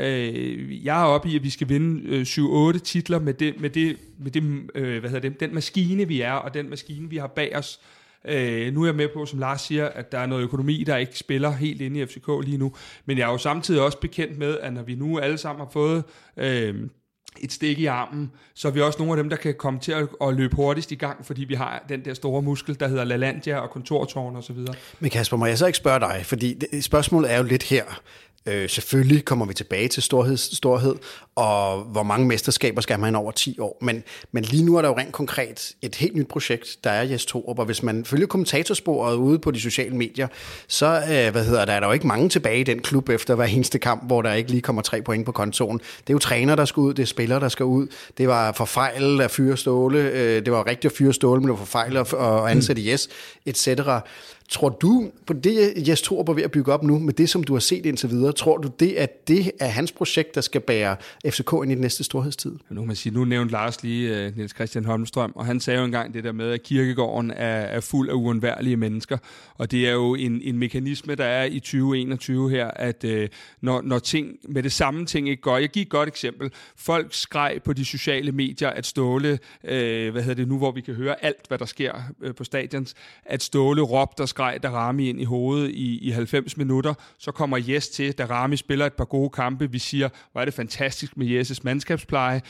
Jeg er oppe i, at vi skal vinde syv otte titler med, det, med, det, med det, øh, hvad hedder det, den maskine, vi er, og den maskine, vi har bag os. Øh, nu er jeg med på, som Lars siger, at der er noget økonomi, der ikke spiller helt inde i F C K lige nu. Men jeg er jo samtidig også bekendt med, at når vi nu alle sammen har fået øh, et stik i armen, så er vi også nogle af dem, der kan komme til at, at løbe hurtigst i gang, fordi vi har den der store muskel, der hedder LaLandia og kontortårn og så videre. Men Kasper, må jeg så ikke spørge dig, fordi det, spørgsmålet er jo lidt her. Øh, selvfølgelig kommer vi tilbage til storhed, storhed, og hvor mange mesterskaber skal man have over ti år. Men, men lige nu er der jo rent konkret et helt nyt projekt, der er Jes Torup, og hvis man følger kommentatorsporet ude på de sociale medier, så øh, hvad hedder, der er der jo ikke mange tilbage i den klub efter hver eneste kamp, hvor der ikke lige kommer tre point på kontoen. Det er jo træner, der skal ud, det er spillere, der skal ud. Det var for fejl at fyre Ståle, øh, det var rigtigt at fyre Ståle, men det var for fejl at, at ansætte Jes, et cetera. Tror du på det, Jes Torup er ved at bygge op nu, med det, som du har set indtil videre, tror du det, at det er hans projekt, der skal bære F C K ind i den næste storhedstid? Nu, man sige, nu nævnte Lars lige uh, Niels Christian Holmstrøm, og han sagde jo engang det der med, at kirkegården er, er fuld af uundværlige mennesker, og det er jo en, en mekanisme, der er i tyve enogtyve her, at uh, når, når ting med det samme ting ikke går. Jeg giver et godt eksempel. Folk skreg på de sociale medier, at Ståle, uh, hvad hedder det nu, hvor vi kan høre alt, hvad der sker uh, på stadions, at Ståle råbte og skreg Darami ind i hovedet i, i halvfems minutter, så kommer Jes til, Darami spiller et par gode kampe, vi siger, hvor er det fantastisk med Jes' mandskabspleje,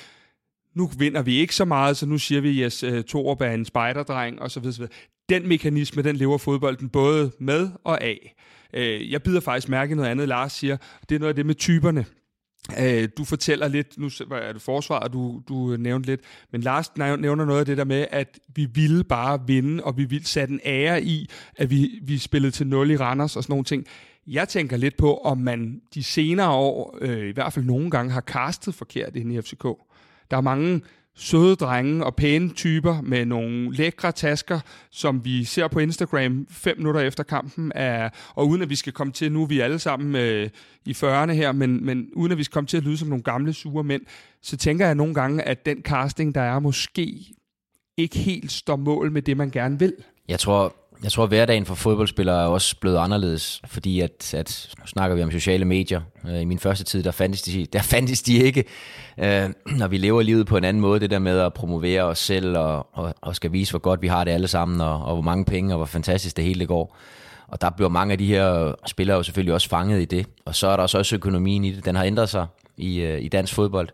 nu vinder vi ikke så meget, så nu siger vi, at Jes uh, Torup er en spejderdreng, og så videre, så videre. Den mekanisme, den lever fodbolden både med og af. Uh, jeg bider faktisk mærke noget andet, Lars siger, det er noget af det med typerne. Uh, du fortæller lidt, nu er det forsvaret, du, du nævnte lidt, men Lars nævner noget af det der med, at vi ville bare vinde, og vi ville sætte en ære i, at vi, vi spillede til nul i Randers og sådan nogle ting. Jeg tænker lidt på, om man de senere år, øh, i hvert fald nogle gange, har castet forkert inde i F C K. Der er mange søde drenge og pæne typer med nogle lækre tasker, som vi ser på Instagram fem minutter efter kampen. Er, og uden at vi skal komme til, nu er vi alle sammen øh, i fyrrerne her, men, men uden at vi skal komme til at lyde som nogle gamle sure mænd, så tænker jeg nogle gange, at den casting, der er, måske ikke helt står mål med det, man gerne vil. Jeg tror... Jeg tror, at hverdagen for fodboldspillere er også blevet anderledes, fordi at, at nu snakker vi om sociale medier. I min første tid, der fandtes de, der fandtes de ikke. Øh, når vi lever livet på en anden måde, det der med at promovere os selv og, og, og skal vise, hvor godt vi har det alle sammen, og, og hvor mange penge, og hvor fantastisk det hele det går. Og der bliver mange af de her spillere jo selvfølgelig også fanget i det. Og så er der også økonomien i det. Den har ændret sig i, i dansk fodbold.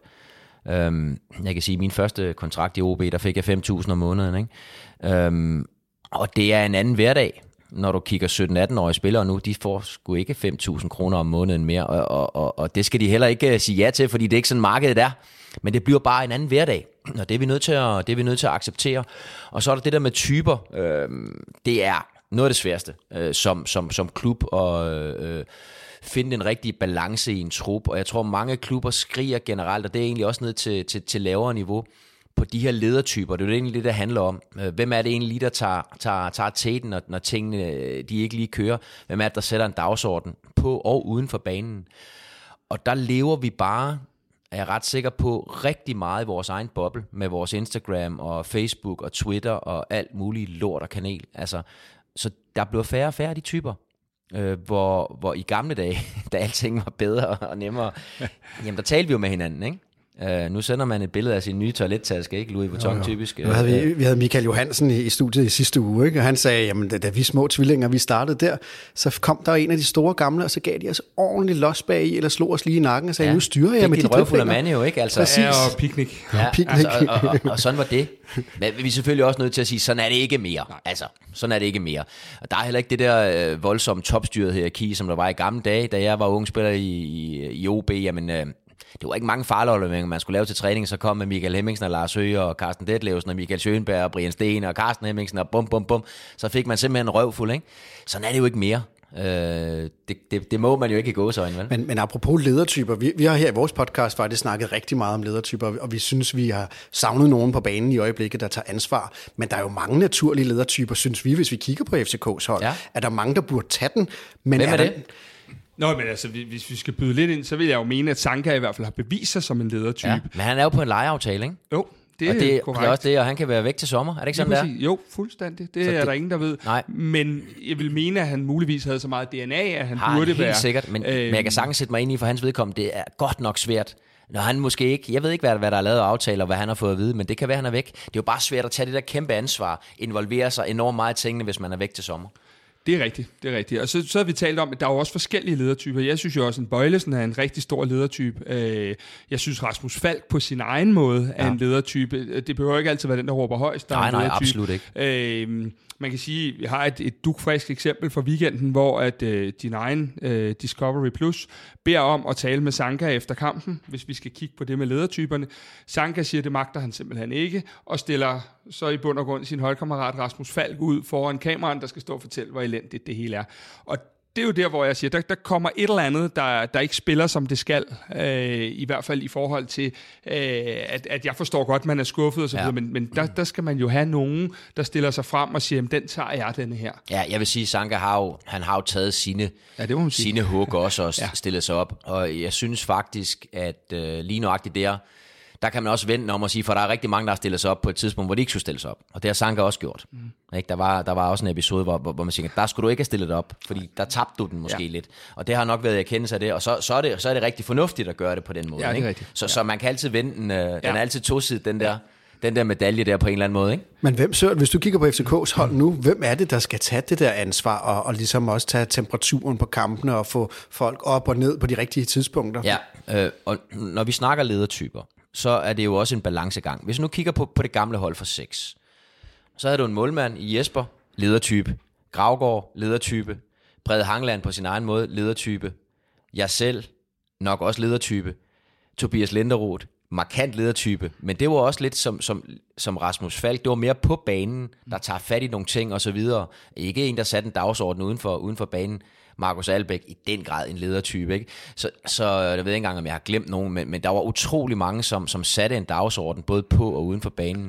Øh, jeg kan sige, at min første kontrakt i O B, der fik jeg fem tusind om måneden, ikke? Øh, Og det er en anden hverdag. når du kigger sytten atten-årige spillere nu, de får sgu ikke fem tusind kroner om måneden mere, og, og, og, og det skal de heller ikke sige ja til, fordi det er ikke sådan markedet er. Men det bliver bare en anden hverdag, og det er vi nødt til at, det er vi nødt til at acceptere. Og så er der det der med typer. Øh, det er noget af det sværeste øh, som, som, som klub at øh, finde den rigtige balance i en trup. Og jeg tror, mange klubber skriger generelt, og det er egentlig også ned til, til, til lavere niveau, på de her ledertyper. Det er jo egentlig det, der handler om. Hvem er det egentlig lige, der tager, tager, tager teten, når, når tingene de ikke lige kører? Hvem er det, der sætter en dagsorden på og uden for banen? Og der lever vi bare, er jeg ret sikker på, rigtig meget i vores egen boble, med vores Instagram og Facebook og Twitter og alt muligt lort og kanal. Altså, så der bliver færre og færre af de typer. Øh, hvor, hvor i gamle dage, da alting var bedre og nemmere, jamen der talte vi jo med hinanden, ikke? Uh, nu sender man et billede af sin nye toilettaske, ikke? Louis Vuitton, jo, jo. Typisk. Nu havde vi, vi havde Michael Johansen i, i studiet i sidste uge, ikke? Og han sagde, jamen da, da vi små tvillinger, vi startede der, så kom der en af de store gamle, og så gav de os ordentligt los bag i, eller slog os lige i nakken, og sagde, ja, nu styrer jeg med de røvfulde mande jo, ikke? Altså, ja, og picnic. Ja, altså, og, og, og, og sådan var det. Men vi er selvfølgelig også nødt til at sige, sådan er det ikke mere. Nej. Altså, sådan er det ikke mere. Og der er heller ikke det der øh, voldsomme topstyret hierarki, som der var i gamle dage, da jeg var ung spiller i, i, i O B, jamen... Øh, det var ikke mange farleafleveringer, man skulle lave til træning, så kom med Michael Hemmingsen og Lars Høgh og Carsten Detlevsen og Michael Schönberg og Brian Steen og Carsten Hemmingsen og bum, bum, bum. Så fik man simpelthen en røvfuld, ikke? Sådan er det jo ikke mere. Øh, det, det, det må man jo ikke i gåseøjne, vel? Men, men apropos ledertyper, vi, vi har her i vores podcast faktisk snakket rigtig meget om ledertyper, og vi synes, vi har savnet nogen på banen i øjeblikket, der tager ansvar. Men der er jo mange naturlige ledertyper, synes vi, hvis vi kigger på F C K's hold. Ja. Er der mange, der burde tage den? Men Hvem er, er det? Der... Nå, men altså, hvis vi skal byde lidt ind, så vil jeg jo mene, at Sanka i hvert fald har bevist sig som en ledertype. Ja, men han er jo på en lejeaftale, ikke? Jo, det er og det, korrekt. Det er også det, og han kan være væk til sommer. Er det ikke sådan, det er? Jo, fuldstændig. Det så er det... der ingen, der ved. Nej. Men jeg vil mene, at han muligvis havde så meget D N A, at han har burde han helt være... sikkert, men, øh... men jeg kan sagtens sætte mig ind i, for hans vedkommende, det er godt nok svært. Når han måske ikke, jeg ved ikke, hvad, hvad der er lavet af aftaler, hvad han har fået at vide, men det kan være, han er væk. Det er jo bare svært at tage det der kæmpe ansvar, involvere sig enormt meget i tingene, hvis man er væk til sommer. Det er rigtigt, det er rigtigt. Og så, så har vi talt om, at der er jo også forskellige ledertyper. Jeg synes jo også, at Bøjlesen er en rigtig stor ledertype. Jeg synes, Rasmus Falk på sin egen måde er ja. en ledertype. Det behøver ikke altid være den, der råber højst. Der nej, er en nej, ledertype. absolut ikke. Øh, man kan sige, at vi har et, et dugfrisk eksempel fra weekenden, hvor at uh, din egen uh, Discovery Plus beder om at tale med Sanka efter kampen, hvis vi skal kigge på det med ledertyperne. Sanka siger, at det magter han simpelthen ikke, og stiller så i bund og grund sin holdkammerat Rasmus Falk ud foran kameraen, der skal stå og fortælle, hvor elendigt det hele er. Og det er jo der, hvor jeg siger, der, der kommer et eller andet, der, der ikke spiller, som det skal. Øh, I hvert fald i forhold til, øh, at, at jeg forstår godt, man er skuffet og så videre, ja. men, men der, der skal man jo have nogen, der stiller sig frem og siger, jamen, den tager jeg, denne her. Ja, jeg vil sige, Sanka har jo, han har jo taget sine, ja, det må man sige. sine hug også og ja. stillet sig op. Og jeg synes faktisk, at øh, lige nøjagtigt der, der kan man også vente om at sige, for der er rigtig mange, der har stillet sig op på et tidspunkt, hvor de ikke skulle stille sig op. Og det har Sanka også gjort. Mm. Ikke? Der, var, der var også en episode, hvor, hvor man siger, der skulle du ikke have stillet op, fordi der tabte du den måske ja. lidt. Og det har nok været erkendelse af det, og så, så, er det, så er det rigtig fornuftigt at gøre det på den måde. Ja, det er ikke? rigtigt. Så, ja. så man kan altid vente den, øh, ja. den er altid tosidet, den der, ja. den der medalje der på en eller anden måde. Ikke? Men hvem, Søren, hvis du kigger på F C K's hold nu, hvem er det, der skal tage det der ansvar, og, og ligesom også tage temperaturen på kampene, og få folk op og ned på de rigtige tidspunkter? Ja, øh, og når vi snakker ledertyper, så er det jo også en balancegang. Hvis du nu kigger på, på det gamle hold for seks, så havde du en målmand i Jesper, ledertype, Gravgaard, ledertype, Brede Hangland på sin egen måde, ledertype, jeg selv, nok også ledertype, Tobias Linderoth, markant ledertype, men det var også lidt som, som, som Rasmus Falk, det var mere på banen, der tager fat i nogle ting og så videre. Ikke en, der satte en dagsorden uden for, uden for banen. Markus Albæk, i den grad en ledertype, ikke? Så, så jeg ved ikke engang, om jeg har glemt nogen, men, men der var utrolig mange, som, som satte en dagsorden, både på og uden for banen.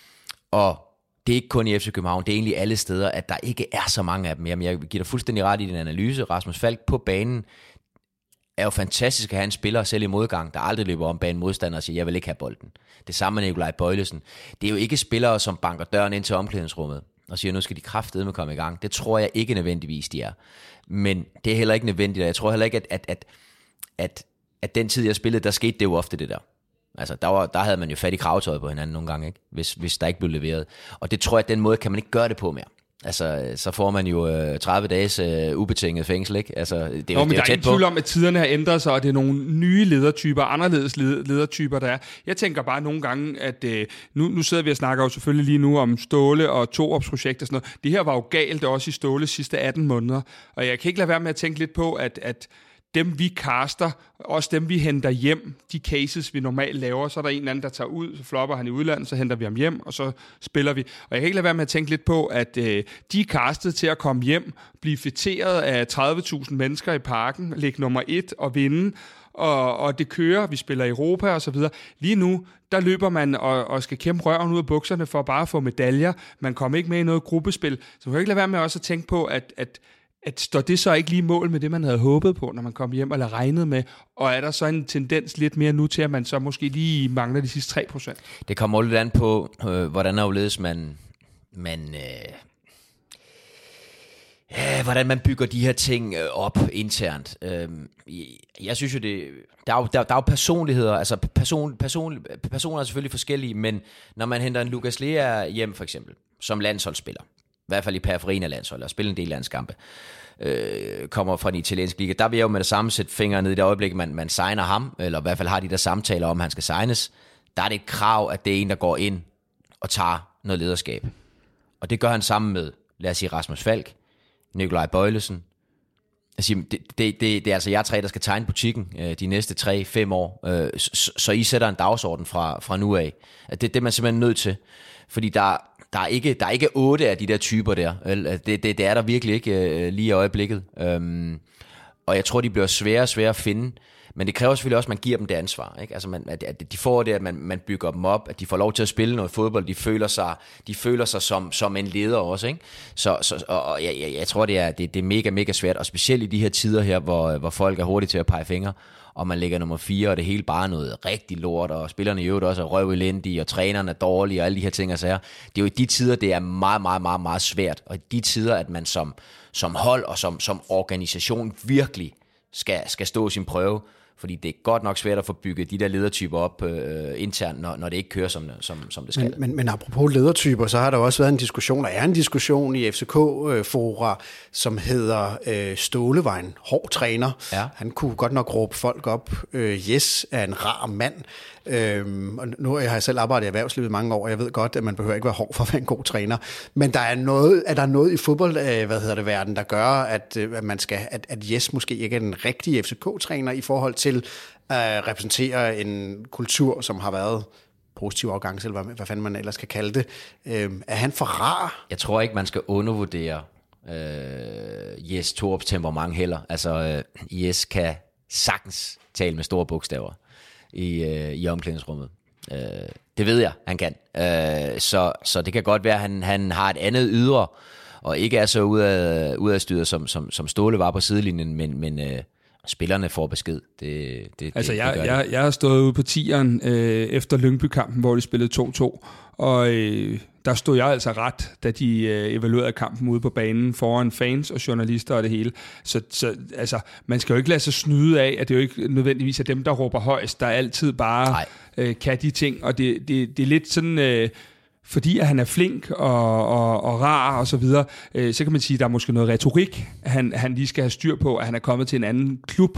Og det er ikke kun i F C København, det er egentlig alle steder, at der ikke er så mange af dem. Jamen, jeg giver dig fuldstændig ret i din analyse. Rasmus Falk på banen er jo fantastisk at have en spiller selv i modgang, der aldrig løber om banen modstander og siger, jeg vil ikke have bolden. Det samme med Nikolaj Bøjlesen. Det er jo ikke spillere, som banker døren ind til omklædningsrummet og siger, nu skal de kraftedeme komme i gang. Det tror jeg ikke nødvendigvis, de er. Men det er heller ikke nødvendigt, og jeg tror heller ikke, at, at, at, at, at den tid, jeg spillede, der skete det jo ofte det der. Altså, der, var, der havde man jo fat i kravetøjet på hinanden nogle gange, ikke? Hvis, hvis der ikke blev leveret. Og det tror jeg, at den måde kan man ikke gøre det på mere. Altså, så får man jo øh, tredive dages øh, ubetinget fængsel, ikke? Altså, det er, Nå, jo, men det er der er tæt ingen på. tvivl om, at tiderne har ændret sig, og det er nogle nye ledertyper, anderledes ledertyper, der er. Jeg tænker bare nogle gange, at øh, nu, nu sidder vi og snakker jo selvfølgelig lige nu om Ståle og Torups projekt og sådan noget. Det her var jo galt også i Ståles sidste atten måneder, og jeg kan ikke lade være med at tænke lidt på, at, at dem vi caster, også dem vi henter hjem, de cases vi normalt laver, så er der en eller anden, der tager ud, så flopper han i udlandet, så henter vi ham hjem, og så spiller vi. Og jeg kan ikke lade være med at tænke lidt på, at øh, de er castet til at komme hjem, blive fætteret af tredive tusind mennesker i parken, ligge nummer et og vinde, og, og det kører, vi spiller Europa og så videre. Lige nu, der løber man og, og skal kæmpe røven ud af bukserne for bare at få medaljer. Man kommer ikke med i noget gruppespil. Så jeg kan ikke lade være med også at tænke på, at, at at står det så ikke lige mål med det, man havde håbet på, når man kom hjem, eller regnet med, og er der så en tendens lidt mere nu til, at man så måske lige mangler de sidste tre procent? Det kommer lidt an på, øh, hvordan overledes man, man øh, øh, hvordan man bygger de her ting øh, op internt. Øh, jeg synes jo, det, der, er jo, der, der er jo personligheder, altså person, person, personer er selvfølgelig forskellige, men når man henter en Lucas Lea hjem for eksempel, som landsholdsspiller, i hvert fald i periferien af landsholdet, og spille en del landskampe, øh, kommer fra den italienske liga, der vil jeg jo med det samme sætte fingre ned i det øjeblik, man, man signer ham, eller i hvert fald har de der samtaler om, at han skal signes. Der er det et krav, at det er en, der går ind og tager noget lederskab. Og det gør han sammen med, lad os sige, Rasmus Falk, Nikolaj Bøjlesen. Jeg siger, det, det, det, det er altså jer tre, der skal tegne butikken øh, de næste tre fem år, øh, så, så I sætter en dagsorden fra, fra nu af. Det er det, man simpelthen er nødt til. Fordi der, der, er ikke, der er ikke otte af de der typer der. Det, det, det er der virkelig ikke øh, lige i øjeblikket. Øhm, og jeg tror, de bliver svære og svære at finde. Men det kræver selvfølgelig også, at man giver dem det ansvar. Ikke? Altså man, at, at de får det, at man, man bygger dem op, at de får lov til at spille noget fodbold, de føler sig, de føler sig som, som en leder også. Ikke? Så, så, og jeg, jeg, jeg tror, det er, det, det er mega, mega svært, og specielt i de her tider her, hvor, hvor folk er hurtige til at pege fingre, og man ligger nummer fire, og det hele bare noget rigtig lort, og spillerne i øvrigt også er røvelendige, og trænerne er dårlige, og alle de her ting og sager. Det er jo i de tider, det er meget, meget, meget, meget svært, og i de tider, at man som, som hold og som, som organisation virkelig skal, skal stå sin prøve, fordi det er godt nok svært at få bygget de der ledertyper op øh, internt, når, når det ikke kører, som, som, som det skal. Men, men, men apropos ledertyper, så har der også været en diskussion, og er en diskussion i F C K-fora, som hedder øh, Ståle var en hård træner. Ja. Han kunne godt nok råbe folk op. Øh, yes er en rar mand. Øhm, og nu har jeg selv arbejdet i erhvervslivet i mange år, og jeg ved godt, at man behøver ikke være hård for at være en god træner. Men der er noget, er der noget i fodbold, øh, hvad hedder det, verden, der gør, at, øh, at man skal, at, at Jes måske ikke er den rigtige F C K-træner i forhold til at repræsentere en kultur, som har været positiv afgang, eller hvad, hvad fanden man ellers kan kalde det. Øhm, er han for rar? Jeg tror ikke, man skal undervurdere øh, Jes Torups temperament heller. Altså, øh, Jes kan sagtens tale med store bogstaver i, øh, i omklædningsrummet. Øh, det ved jeg, han kan. Øh, så, så det kan godt være, at han, han har et andet ydre, og ikke er så ud af, ud af styret, som, som, som Ståle var på sidelinjen, men, men øh, spillerne får besked. Det, det, altså, det, jeg, det jeg, jeg har stået ude på tieren øh, efter Lyngby-kampen, hvor de spillede to to, og øh, der stod jeg altså ret, da de øh, evaluerede kampen ude på banen foran fans og journalister og det hele. Så, så altså, man skal jo ikke lade sig snyde af, at det jo ikke nødvendigvis er dem, der råber højst, der altid bare øh, kan de ting, og det, det, det er lidt sådan... Øh, fordi at han er flink og, og, og rar og så videre, øh, så kan man sige, at der er måske noget retorik, han, han lige skal have styr på, at han er kommet til en anden klub,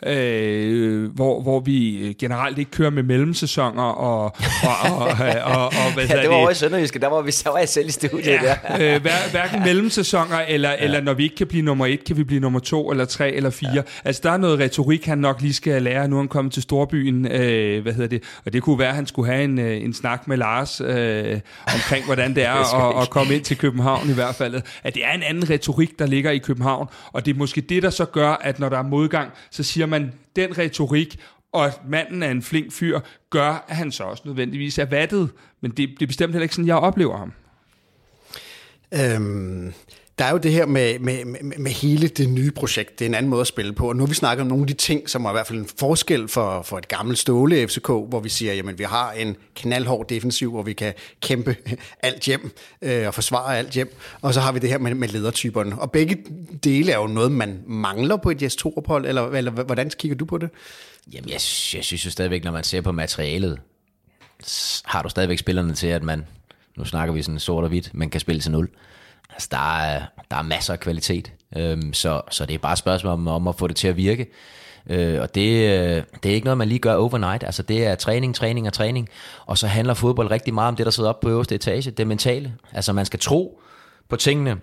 øh, hvor, hvor vi generelt ikke kører med mellemsæsoner og... og, og, og, og, og hvad ja, det var over i Sønderjyske, der var vi så var jeg selv i studiet ja, der. øh, hver, hverken mellemsæsoner, eller, ja. eller når vi ikke kan blive nummer et, kan vi blive nummer to, eller tre, eller fire. Ja. Altså, der er noget retorik, han nok lige skal lære, nu er han kommet til storbyen, øh, hvad hedder det, og det kunne være, at han skulle have en, en snak med Lars, øh, omkring hvordan det er at, at komme ind til København i hvert fald. At det er en anden retorik, der ligger i København, og det er måske det, der så gør, at når der er modgang, så siger man, den retorik, og at manden er en flink fyr, gør, at han så også nødvendigvis er vattet. Men det, det er bestemt heller ikke sådan, jeg oplever ham. Øhm, der er jo det her med, med, med, med hele det nye projekt. Det er en anden måde at spille på. Og nu har vi snakket om nogle af de ting, som er i hvert fald en forskel for, for et gammelt Ståle F C K, hvor vi siger, jamen vi har en knaldhård defensiv, hvor vi kan kæmpe alt hjem øh, og forsvare alt hjem. Og så har vi det her med, med ledertyperne. Og begge dele er jo noget, man mangler på et Jes Torup-hold, eller, eller hvordan kigger du på det? Jamen, jeg, jeg synes jo stadigvæk, når man ser på materialet, har du stadigvæk spillerne til, at man, nu snakker vi sådan sort og hvidt, man kan spille til nul. Altså, der er, der er masser af kvalitet, øhm, så, så det er bare et spørgsmål om, om at få det til at virke. Øh, og det, det er ikke noget, man lige gør overnight. Altså, det er træning, træning og træning. Og så handler fodbold rigtig meget om det, der sidder oppe på øverste etage, det mentale. Altså, man skal tro på tingene.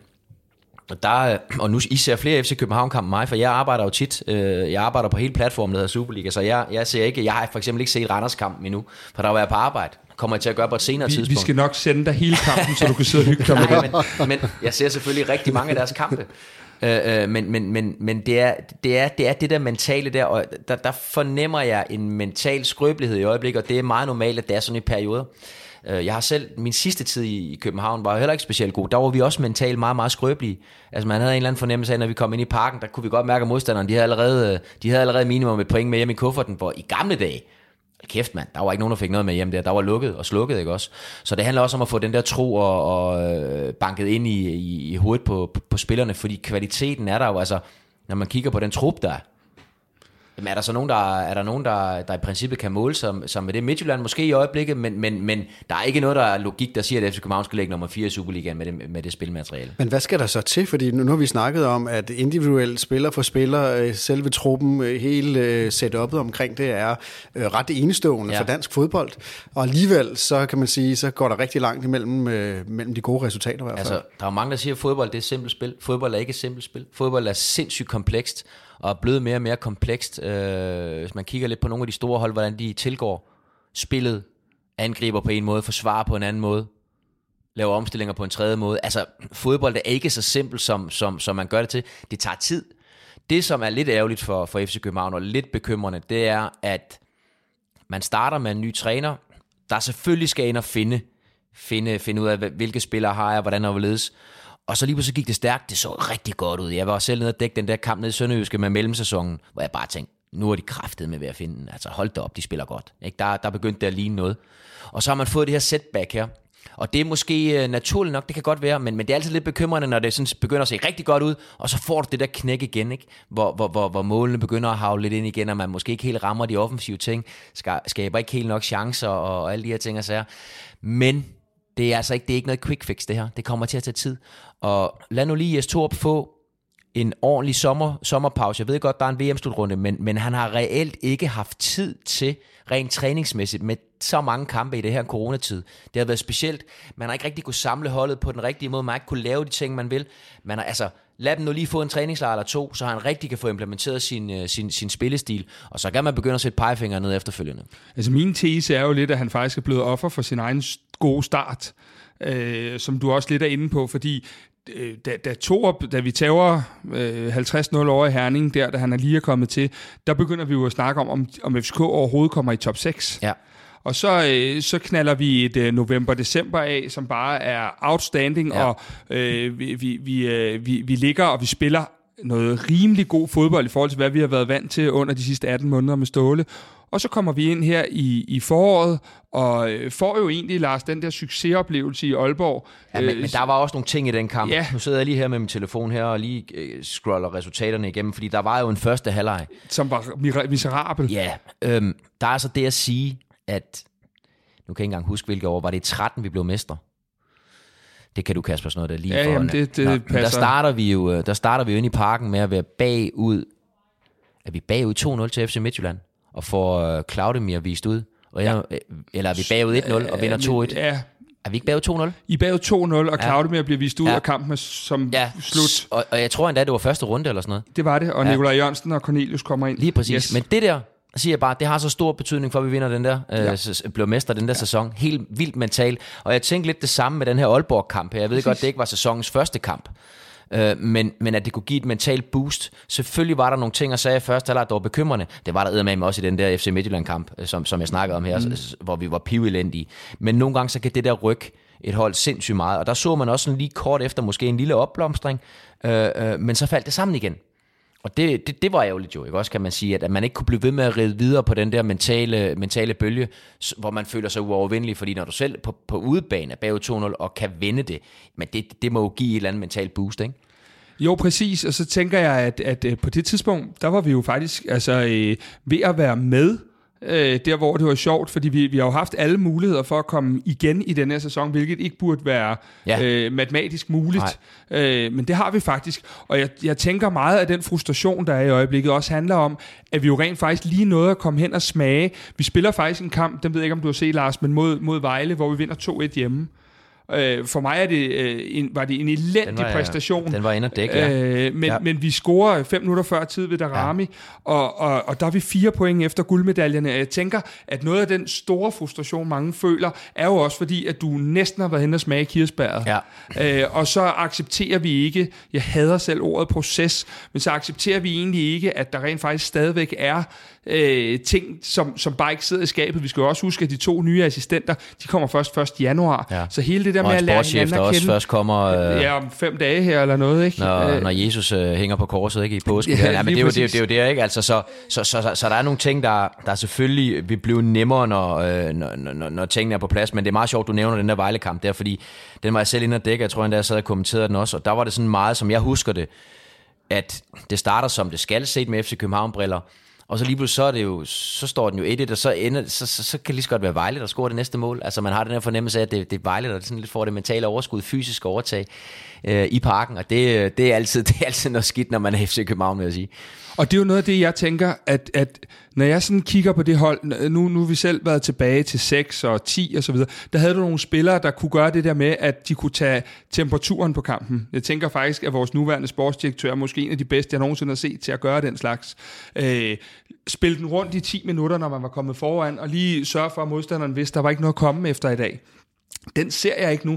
Og, der, og nu I ser flere F C København-kampe end mig, for jeg arbejder jo tit, øh, jeg arbejder på hele platformen, der hedder Superliga, så jeg, jeg ser ikke, jeg har for eksempel ikke set Randers-kampen endnu, for der var jeg på arbejde. Kommer jeg til at gøre på et senere vi, tidspunkt. Vi skal nok sende dig hele kampen, så du kan sidde og hygge dig med det. Men, men jeg ser selvfølgelig rigtig mange af deres kampe. Øh, øh, men men, men, men det, er, det, er, det er det der mentale der, og der, der fornemmer jeg en mental skrøbelighed i øjeblikket, og det er meget normalt, at det er sådan i perioder. Jeg har selv, min sidste tid i København var heller ikke specielt god. Der var vi også mentalt meget, meget skrøbelige. Altså man havde en eller anden fornemmelse af, når vi kom ind i parken, der kunne vi godt mærke, at modstanderne, de havde allerede, de havde allerede minimum et point med hjem i kufferten, hvor i gamle dage, kæft mand, der var ikke nogen, der fik noget med hjem der. Der var lukket og slukket, ikke også? Så det handler også om at få den der tro og, og øh, banket ind i, i, i hovedet på, på, på spillerne, fordi kvaliteten er der jo, altså, når man kigger på den trup, der er. Jamen, er der så nogen, der, er der, nogen der, der i princippet kan måle sig, sig med det? Midtjylland måske i øjeblikket, men, men, men der er ikke noget, der er logik, der siger, at F C København skal lægge nummer fire i Superligaen med det, med det spilmateriale. Men hvad skal der så til? Fordi nu, nu har vi snakket om, at individuelt spiller for spiller, selve truppen, hele setup'et omkring det er ret enestående ja. for dansk fodbold. Og alligevel, så kan man sige, så går der rigtig langt imellem mellem de gode resultater i hvert fald. Altså, der er mange, der siger, at fodbold det er simpelt spil. Fodbold er ikke et simpelt spil. Fodbold er sindssygt komplekst. Og er blevet mere og mere komplekst. Øh, hvis man kigger lidt på nogle af de store hold, hvordan de tilgår spillet, angriber på en måde, forsvarer på en anden måde, laver omstillinger på en tredje måde. Altså, fodbold er ikke så simpelt, som, som, som man gør det til. Det tager tid. Det, som er lidt ærgerligt for, for F C København, og lidt bekymrende, det er, at man starter med en ny træner, der selvfølgelig skal ind og finde, finde, finde ud af, hvilke spillere har jeg, hvordan og hvorledes. Og så lige pludselig gik det stærkt, det så rigtig godt ud. Jeg var selv nede og dække den der kamp nede i Sønderjyske med mellemsæsonen, hvor jeg bare tænkte, nu er de kraftet med ved at finde den. Altså hold da op, de spiller godt. Ikke? Der, der begyndte det at ligne noget. Og så har man fået det her setback her. Og det er måske naturligt nok, det kan godt være, men, men det er altid lidt bekymrende, når det sådan begynder at se rigtig godt ud, og så får du det der knæk igen, ikke? Hvor, hvor, hvor, hvor målene begynder at havle lidt ind igen, og man måske ikke helt rammer de offensive ting, skaber ikke helt nok chancer og, og alle de her ting og sager. Men det er altså ikke, det er ikke noget quick fix det her. Det kommer til at tage tid. Og lad nu lige Jes Torup få en ordentlig sommer, sommerpause. Jeg ved godt, der er en V M-slutrunde, men, men han har reelt ikke haft tid til, rent træningsmæssigt, med så mange kampe i det her coronatid. Det har været specielt. Man har ikke rigtig kunne samle holdet på den rigtige måde. Man har ikke kunne lave de ting, man vil. Man har, altså, lad dem nu lige få en træningslejr eller to, så han rigtig kan få implementeret sin, sin, sin spillestil, og så kan man begynde at sætte pegefingre ned efterfølgende. Altså min tese er jo lidt, at han faktisk er blevet offer for sin egen gode start, øh, som du også lidt er inde på, fordi Da, da, Torup, da vi tager øh, halvtreds nul over i Herning, der, da han er lige er kommet til, der begynder vi jo at snakke om, om, om F C K overhovedet kommer i top seks. Ja. Og så, øh, så knaller vi et øh, november-december af, som bare er outstanding, ja. og øh, vi, vi, vi, øh, vi, vi ligger og vi spiller noget rimelig god fodbold i forhold til, hvad vi har været vant til under de sidste atten måneder med Ståle. Og så kommer vi ind her i, i foråret, og øh, får jo egentlig, Lars, den der succesoplevelse i Aalborg. Ja, men, men der var også nogle ting i den kamp. Ja. Nu sidder jeg lige her med min telefon her, og lige øh, scroller resultaterne igennem, fordi der var jo en første halvleg. Som var miserabel. Ja, øhm, der er altså det at sige, at, nu kan jeg ikke engang huske, hvilke år, var det i tretten, vi blev mestre? Det kan du, Kasper, sådan noget der lige ja, for. Jamen, det, det Nå, passer. Der starter vi jo der starter vi jo inde i parken med at være bagud, er vi bagud to nul til F C Midtjylland, og får uh, Claudemir vist ud, og ja. Eller er vi bagud et nul og vinder to et? Ja. Er vi ikke bagud to nul? I bagud to nul, og Claudemir ja. bliver vist ud, ja. og kampen er som ja. slut. Og, og jeg tror endda, det var første runde eller sådan noget. Det var det, og ja. Nikolaj Jørgensen og Cornelius kommer ind. Lige præcis. Yes. Men det der, siger jeg bare, det har så stor betydning for, at vi vinder den der, ja. øh, bliver mester den der ja. sæson. Helt vildt mentalt. Og jeg tænkte lidt det samme med den her Aalborg-kamp her. Jeg ved præcis. godt, det ikke var sæsonens første kamp. Øh, men, men at det kunne give et mentalt boost. Selvfølgelig var der nogle ting, jeg sagde først, der var bekymrende. Det var der eddermame også i den der F C Midtjylland-kamp, som, som jeg snakkede om her, mm. hvor vi var pivelendige. Men nogle gange, så kan det der rykke et hold sindssygt meget. Og der så man også sådan lige kort efter måske en lille opblomstring, øh, øh, men så faldt det sammen igen. Og det, det, det var ærgerligt jo, ikke også, kan man sige, at, at man ikke kunne blive ved med at ride videre på den der mentale, mentale bølge, hvor man føler sig uovervindelig, fordi når du selv på, på udebane er bagud to nul og kan vinde det, men det, det må jo give et eller andet mentalt boost, ikke? Jo, præcis, og så tænker jeg, at, at, at på det tidspunkt, der var vi jo faktisk altså, øh, ved at være med øh, der hvor det var sjovt, fordi vi, vi har jo haft alle muligheder for at komme igen i den her sæson, hvilket ikke burde være ja. øh, matematisk muligt, øh, men det har vi faktisk, og jeg, jeg tænker meget af den frustration, der er i øjeblikket, også handler om, at vi jo rent faktisk lige nåede at komme hen og smage. Vi spiller faktisk en kamp, den ved jeg ikke, om du har set, Lars, men mod, mod Vejle, hvor vi vinder to et hjemme. For mig er det, en, var det en elendig den var, præstation. Den var inde og dække, ja. øh, men, ja. men vi scorer fem minutter før tid ved Darami, ja. og, og, og der er vi fire point efter guldmedaljerne. Jeg tænker, at noget af den store frustration, mange føler, er jo også fordi, at du næsten har været hen og smage kirsebæret. Ja. Øh, og så accepterer vi ikke, jeg hader selv ordet proces, men så accepterer vi egentlig ikke, at der rent faktisk stadigvæk er øh, ting, som, som bare ikke sidder i skabet. Vi skal jo også huske, at de to nye assistenter, de kommer først første januar. Ja. Så hele det der og med at lære hinanden at også først kommer øh, ja, om fem dage her eller noget, ikke? Når, øh, når Jesus øh, hænger på korset, ikke, i påsken. Ja, ja, men det er, jo, det, er jo, det er jo det, ikke? Altså, så, så, så, så, så der er nogle ting, der, der selvfølgelig vil blive nemmere, når, øh, når, når, når tingene er på plads, men det er meget sjovt, du nævner den der Vejle-kamp der, fordi den var jeg selv inde og dække, jeg tror endda, jeg sad og kommenterede den også, og der var det sådan meget, som jeg husker det, at det starter som det skal set med F C København-briller, og så lige pludselig så er det jo, så står den jo et et, og så, ender, så, så, så kan det lige så godt være Vejle, der scorer det næste mål. Altså man har den her fornemmelse af, at det, det er Vejle, der sådan lidt får det mentale overskud, fysisk overtag øh, i parken, og det, det, er altid, det er altid noget skidt, når man er F C København, vil jeg sige. Og det er jo noget af det, jeg tænker, at, at når jeg sådan kigger på det hold, nu, nu har vi selv været tilbage til seks og ti og så videre, der havde du nogle spillere, der kunne gøre det der med, at de kunne tage temperaturen på kampen. Jeg tænker faktisk, at vores nuværende sportsdirektør er måske en af de bedste, jeg nogensinde har set til at gøre den slags. Øh, spille den rundt i ti minutter, når man var kommet foran, og lige sørge for, at modstanderen vidste, der var ikke noget at komme efter i dag. Den ser jeg ikke nu.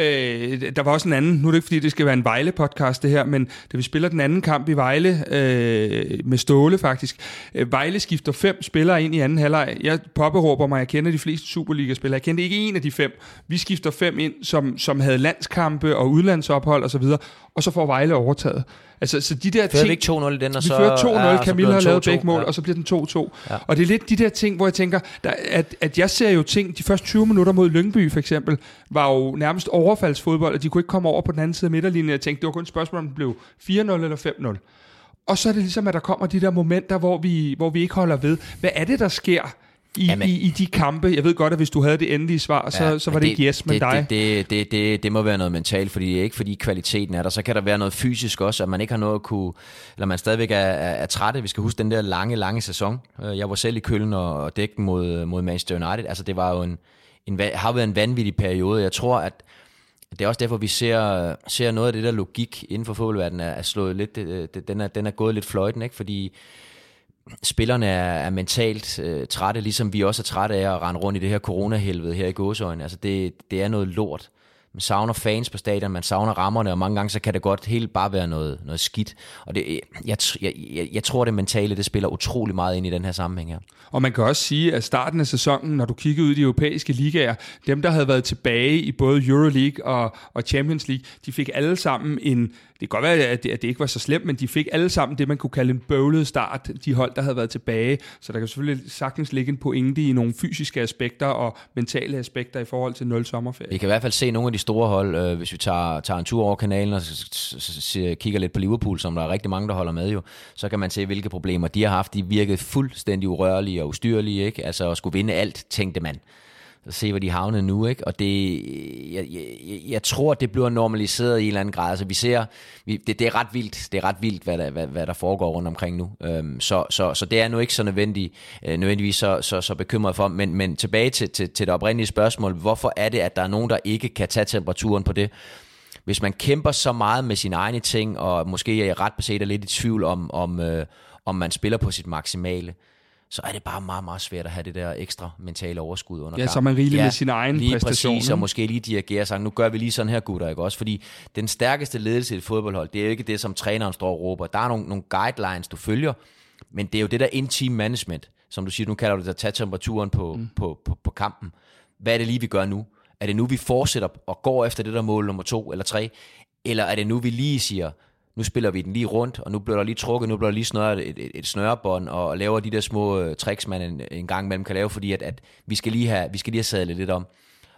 Øh, der var også en anden, nu er det ikke fordi, det skal være en Vejle-podcast det her, men da vi spiller den anden kamp i Vejle, øh, med Ståle faktisk, øh, Vejle skifter fem spillere ind i anden halvleg. Jeg påberåber mig, jeg kender de fleste Superliga-spillere, jeg kendte ikke en af de fem. Vi skifter fem ind, som, som havde landskampe og udlandsophold osv., og, og så får Vejle overtaget. Altså, så de der ting... Vi ikke to nul i den, og vi så... Vi fører to nul, ja, Camilla har lavet begge mål, ja. og så bliver den to to. Ja. Og det er lidt de der ting, hvor jeg tænker, der, at, at jeg ser jo ting, de første tyve minutter mod Lyngby for eksempel, var jo nærmest overfaldsfodbold, og de kunne ikke komme over på den anden side af midterlinjen. Jeg tænkte, det var kun et spørgsmål, om det blev fire nul eller fem nul. Og så er det ligesom, at der kommer de der momenter, hvor vi, hvor vi ikke holder ved. Hvad er det, der sker i, Jamen, i, i de kampe? Jeg ved godt, at hvis du havde det endelige svar, ja, så, så var det, det ikke yes, men det, dig. Det, det, det, det, det må være noget mentalt, fordi ikke fordi kvaliteten er der, så kan der være noget fysisk også, at man ikke har noget at kunne, eller man stadigvæk er, er, er trætte. Vi skal huske den der lange, lange sæson. Jeg var selv i Køln og, og dækken mod, mod Manchester United. Altså det var jo en, en, har været en vanvittig periode. Jeg tror, at det er også derfor, vi ser, ser noget af det der logik inden for fodboldverdenen er, er slået lidt, den er, den er gået lidt fløjten, ikke? Fordi spillerne er, er mentalt øh, trætte, ligesom vi også er trætte af at rende rundt i det her coronahelvede her i gåseøjne. Altså det, det er noget lort. Man savner fans på stadion, man savner rammerne, og mange gange så kan det godt helt bare være noget, noget skidt. Og det, jeg, jeg, jeg, jeg tror, det mentale, det spiller utrolig meget ind i den her sammenhæng her. Og man kan også sige, at starten af sæsonen, når du kigger ud i de europæiske ligaer, dem, der havde været tilbage i både Euroleague og, og Champions League, de fik alle sammen en... Det kan godt være, at det, at det ikke var så slemt, men de fik alle sammen det, man kunne kalde en bøvlet start, de hold, der havde været tilbage. Så der kan selvfølgelig sagtens ligge en pointe i nogle fysiske aspekter og mentale aspekter i forhold til nul sommerferie. Vi kan i hvert fald se nogle af de store hold, øh, hvis vi tager, tager en tur over kanalen og s- s- s- kigger lidt på Liverpool, som der er rigtig mange, der holder med jo, så kan man se, hvilke problemer de har haft. De virkede fuldstændig urørlige og ustyrlige, ikke? Altså at skulle vinde alt, tænkte man. Så se, hvor de havnede nu, ikke? Og det, jeg, jeg, jeg tror, det bliver normaliseret i en eller anden grad. Altså, vi ser, vi, det, det er ret vildt, det er ret vildt, hvad der, hvad, hvad der foregår rundt omkring nu. Øhm, så, så, så det er nu ikke så nødvendigt, øh, nødvendigvis så, så, så bekymret for. Men, men tilbage til, til, til det oprindelige spørgsmål, hvorfor er det, at der er nogen, der ikke kan tage temperaturen på det? Hvis man kæmper så meget med sine egne ting, og måske er ret beset og lidt i tvivl om, om, øh, om man spiller på sit maksimale, så er det bare meget, meget svært at have det der ekstra mentale overskud under kampen. Ja, så man rigeligt ja, med sin egen lige præstation. Præcis, og måske lige dirigere sig, nu gør vi lige sådan her, gutter, ikke også? Fordi den stærkeste ledelse i et fodboldhold, det er jo ikke det, som træneren står og råber. Der er nogle, nogle guidelines, du følger, men det er jo det der in-team management, som du siger, nu kalder du det at tage temperaturen på, mm. på, på, på kampen. Hvad er det lige, vi gør nu? Er det nu, vi fortsætter og går efter det der mål nummer to eller tre? Eller er det nu, vi lige siger, nu spiller vi den lige rundt, og nu bliver der lige trukket, nu bliver der lige snøret et, et, et snørebånd, og laver de der små uh, tricks, man en, en gang imellem kan lave, fordi at, at vi skal lige have, vi skal lige have sadlet lidt om.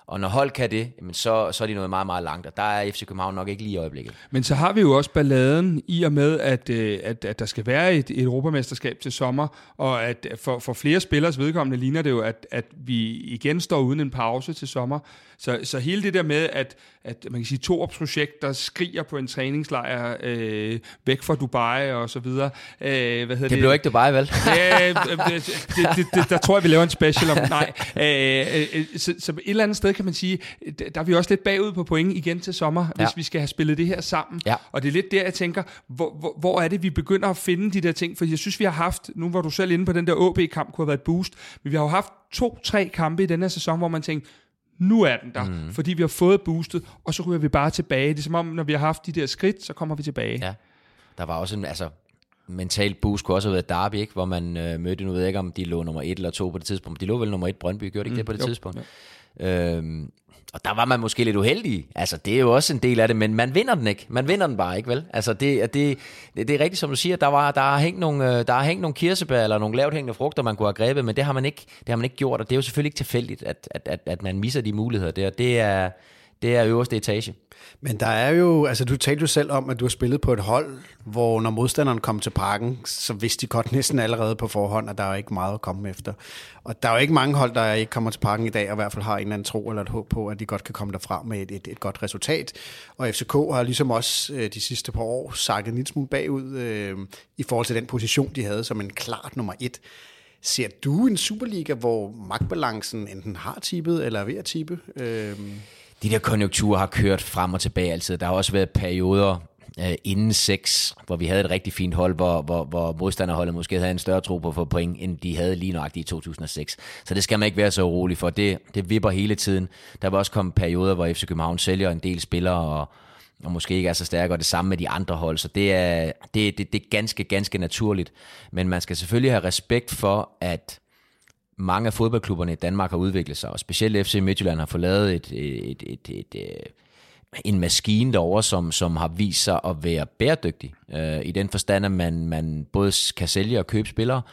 Og når hold kan det, jamen så, så er de noget meget, meget langt, og der er F C København nok ikke lige i øjeblikket. Men så har vi jo også balladen i og med, at, at, at der skal være et, et europamesterskab til sommer, og at for, for flere spillers vedkommende ligner det jo, at, at vi igen står uden en pause til sommer. Så, så hele det der med, at, at man kan sige, Torups projekt, der skriger på en træningslejr øh, væk fra Dubai og så videre. Øh, hvad hedder det? Det blev ikke Dubai, vel? Ja, det, det, det, det, der tror jeg, vi laver en special om. Nej. Øh, øh, så, så et eller andet sted kan man sige, der er vi også lidt bagud på point igen til sommer, hvis ja. vi skal have spillet det her sammen. Ja. Og det er lidt der, jeg tænker, hvor, hvor, hvor er det, vi begynder at finde de der ting? For jeg synes, vi har haft, nu var du selv inde på den der A B-kamp, kunne have været et boost, men vi har jo haft to-tre kampe i den her sæson, hvor man tænker, nu er den der, mm. fordi vi har fået boostet, og så ryger vi bare tilbage. Det er som om, når vi har haft de der skridt, så kommer vi tilbage. Ja, der var også en, altså, mental boost kunne også have været Derby, ikke? Hvor man øh, mødte, nu ved jeg ikke, om de lå nummer et eller to på det tidspunkt. De lå vel nummer et Brøndby, gjorde de ikke mm, det på det jo, tidspunkt? Ja. Øhm, og der var man måske lidt uheldig. Altså, det er jo også en del af det, men man vinder den ikke. Man vinder den bare ikke, vel? Altså, det, det, det, det er rigtigt, som du siger. Der, var, der har hængt nogle, der har hængt nogle kirsebær eller nogle lavt hængende frugter, man kunne have grebet, men det har man ikke, det har man ikke gjort, og det er jo selvfølgelig ikke tilfældigt, at, at, at, at man misser de muligheder der. Det er, det er øverste etage. Men der er jo, altså du talte jo selv om, at du har spillet på et hold, hvor når modstanderen kom til parken, så vidste de godt næsten allerede på forhånd, at der er ikke meget at komme efter. Og der er jo ikke mange hold, der ikke kommer til parken i dag, og i hvert fald har en eller anden tro eller et håb på, at de godt kan komme derfra med et, et, et godt resultat. Og F C K har ligesom også øh, de sidste par år sakket en lille smule bagud øh, i forhold til den position, de havde som en klart nummer et. Ser du en Superliga, hvor magtbalancen enten har tippet eller er ved at tippe? Øh... De der konjunkturer har kørt frem og tilbage altid. Der har også været perioder øh, inden seks, hvor vi havde et rigtig fint hold, hvor, hvor, hvor modstanderholdet måske havde en større tro på at få point, end de havde lige nøjagtigt i to tusind og seks. Så det skal man ikke være så urolig for. Det, det vipper hele tiden. Der vil også komme perioder, hvor F C København sælger en del spillere, og, og måske ikke er så stærke, og det samme med de andre hold. Så det er, det, det, det er ganske, ganske naturligt. Men man skal selvfølgelig have respekt for, at mange af fodboldklubberne i Danmark har udviklet sig, og specielt F C Midtjylland har fået lavet et, et, et, et, et, et, en maskine derovre, som, som har vist sig at være bæredygtig. Øh, I den forstand, at man, man både kan sælge og købe spillere,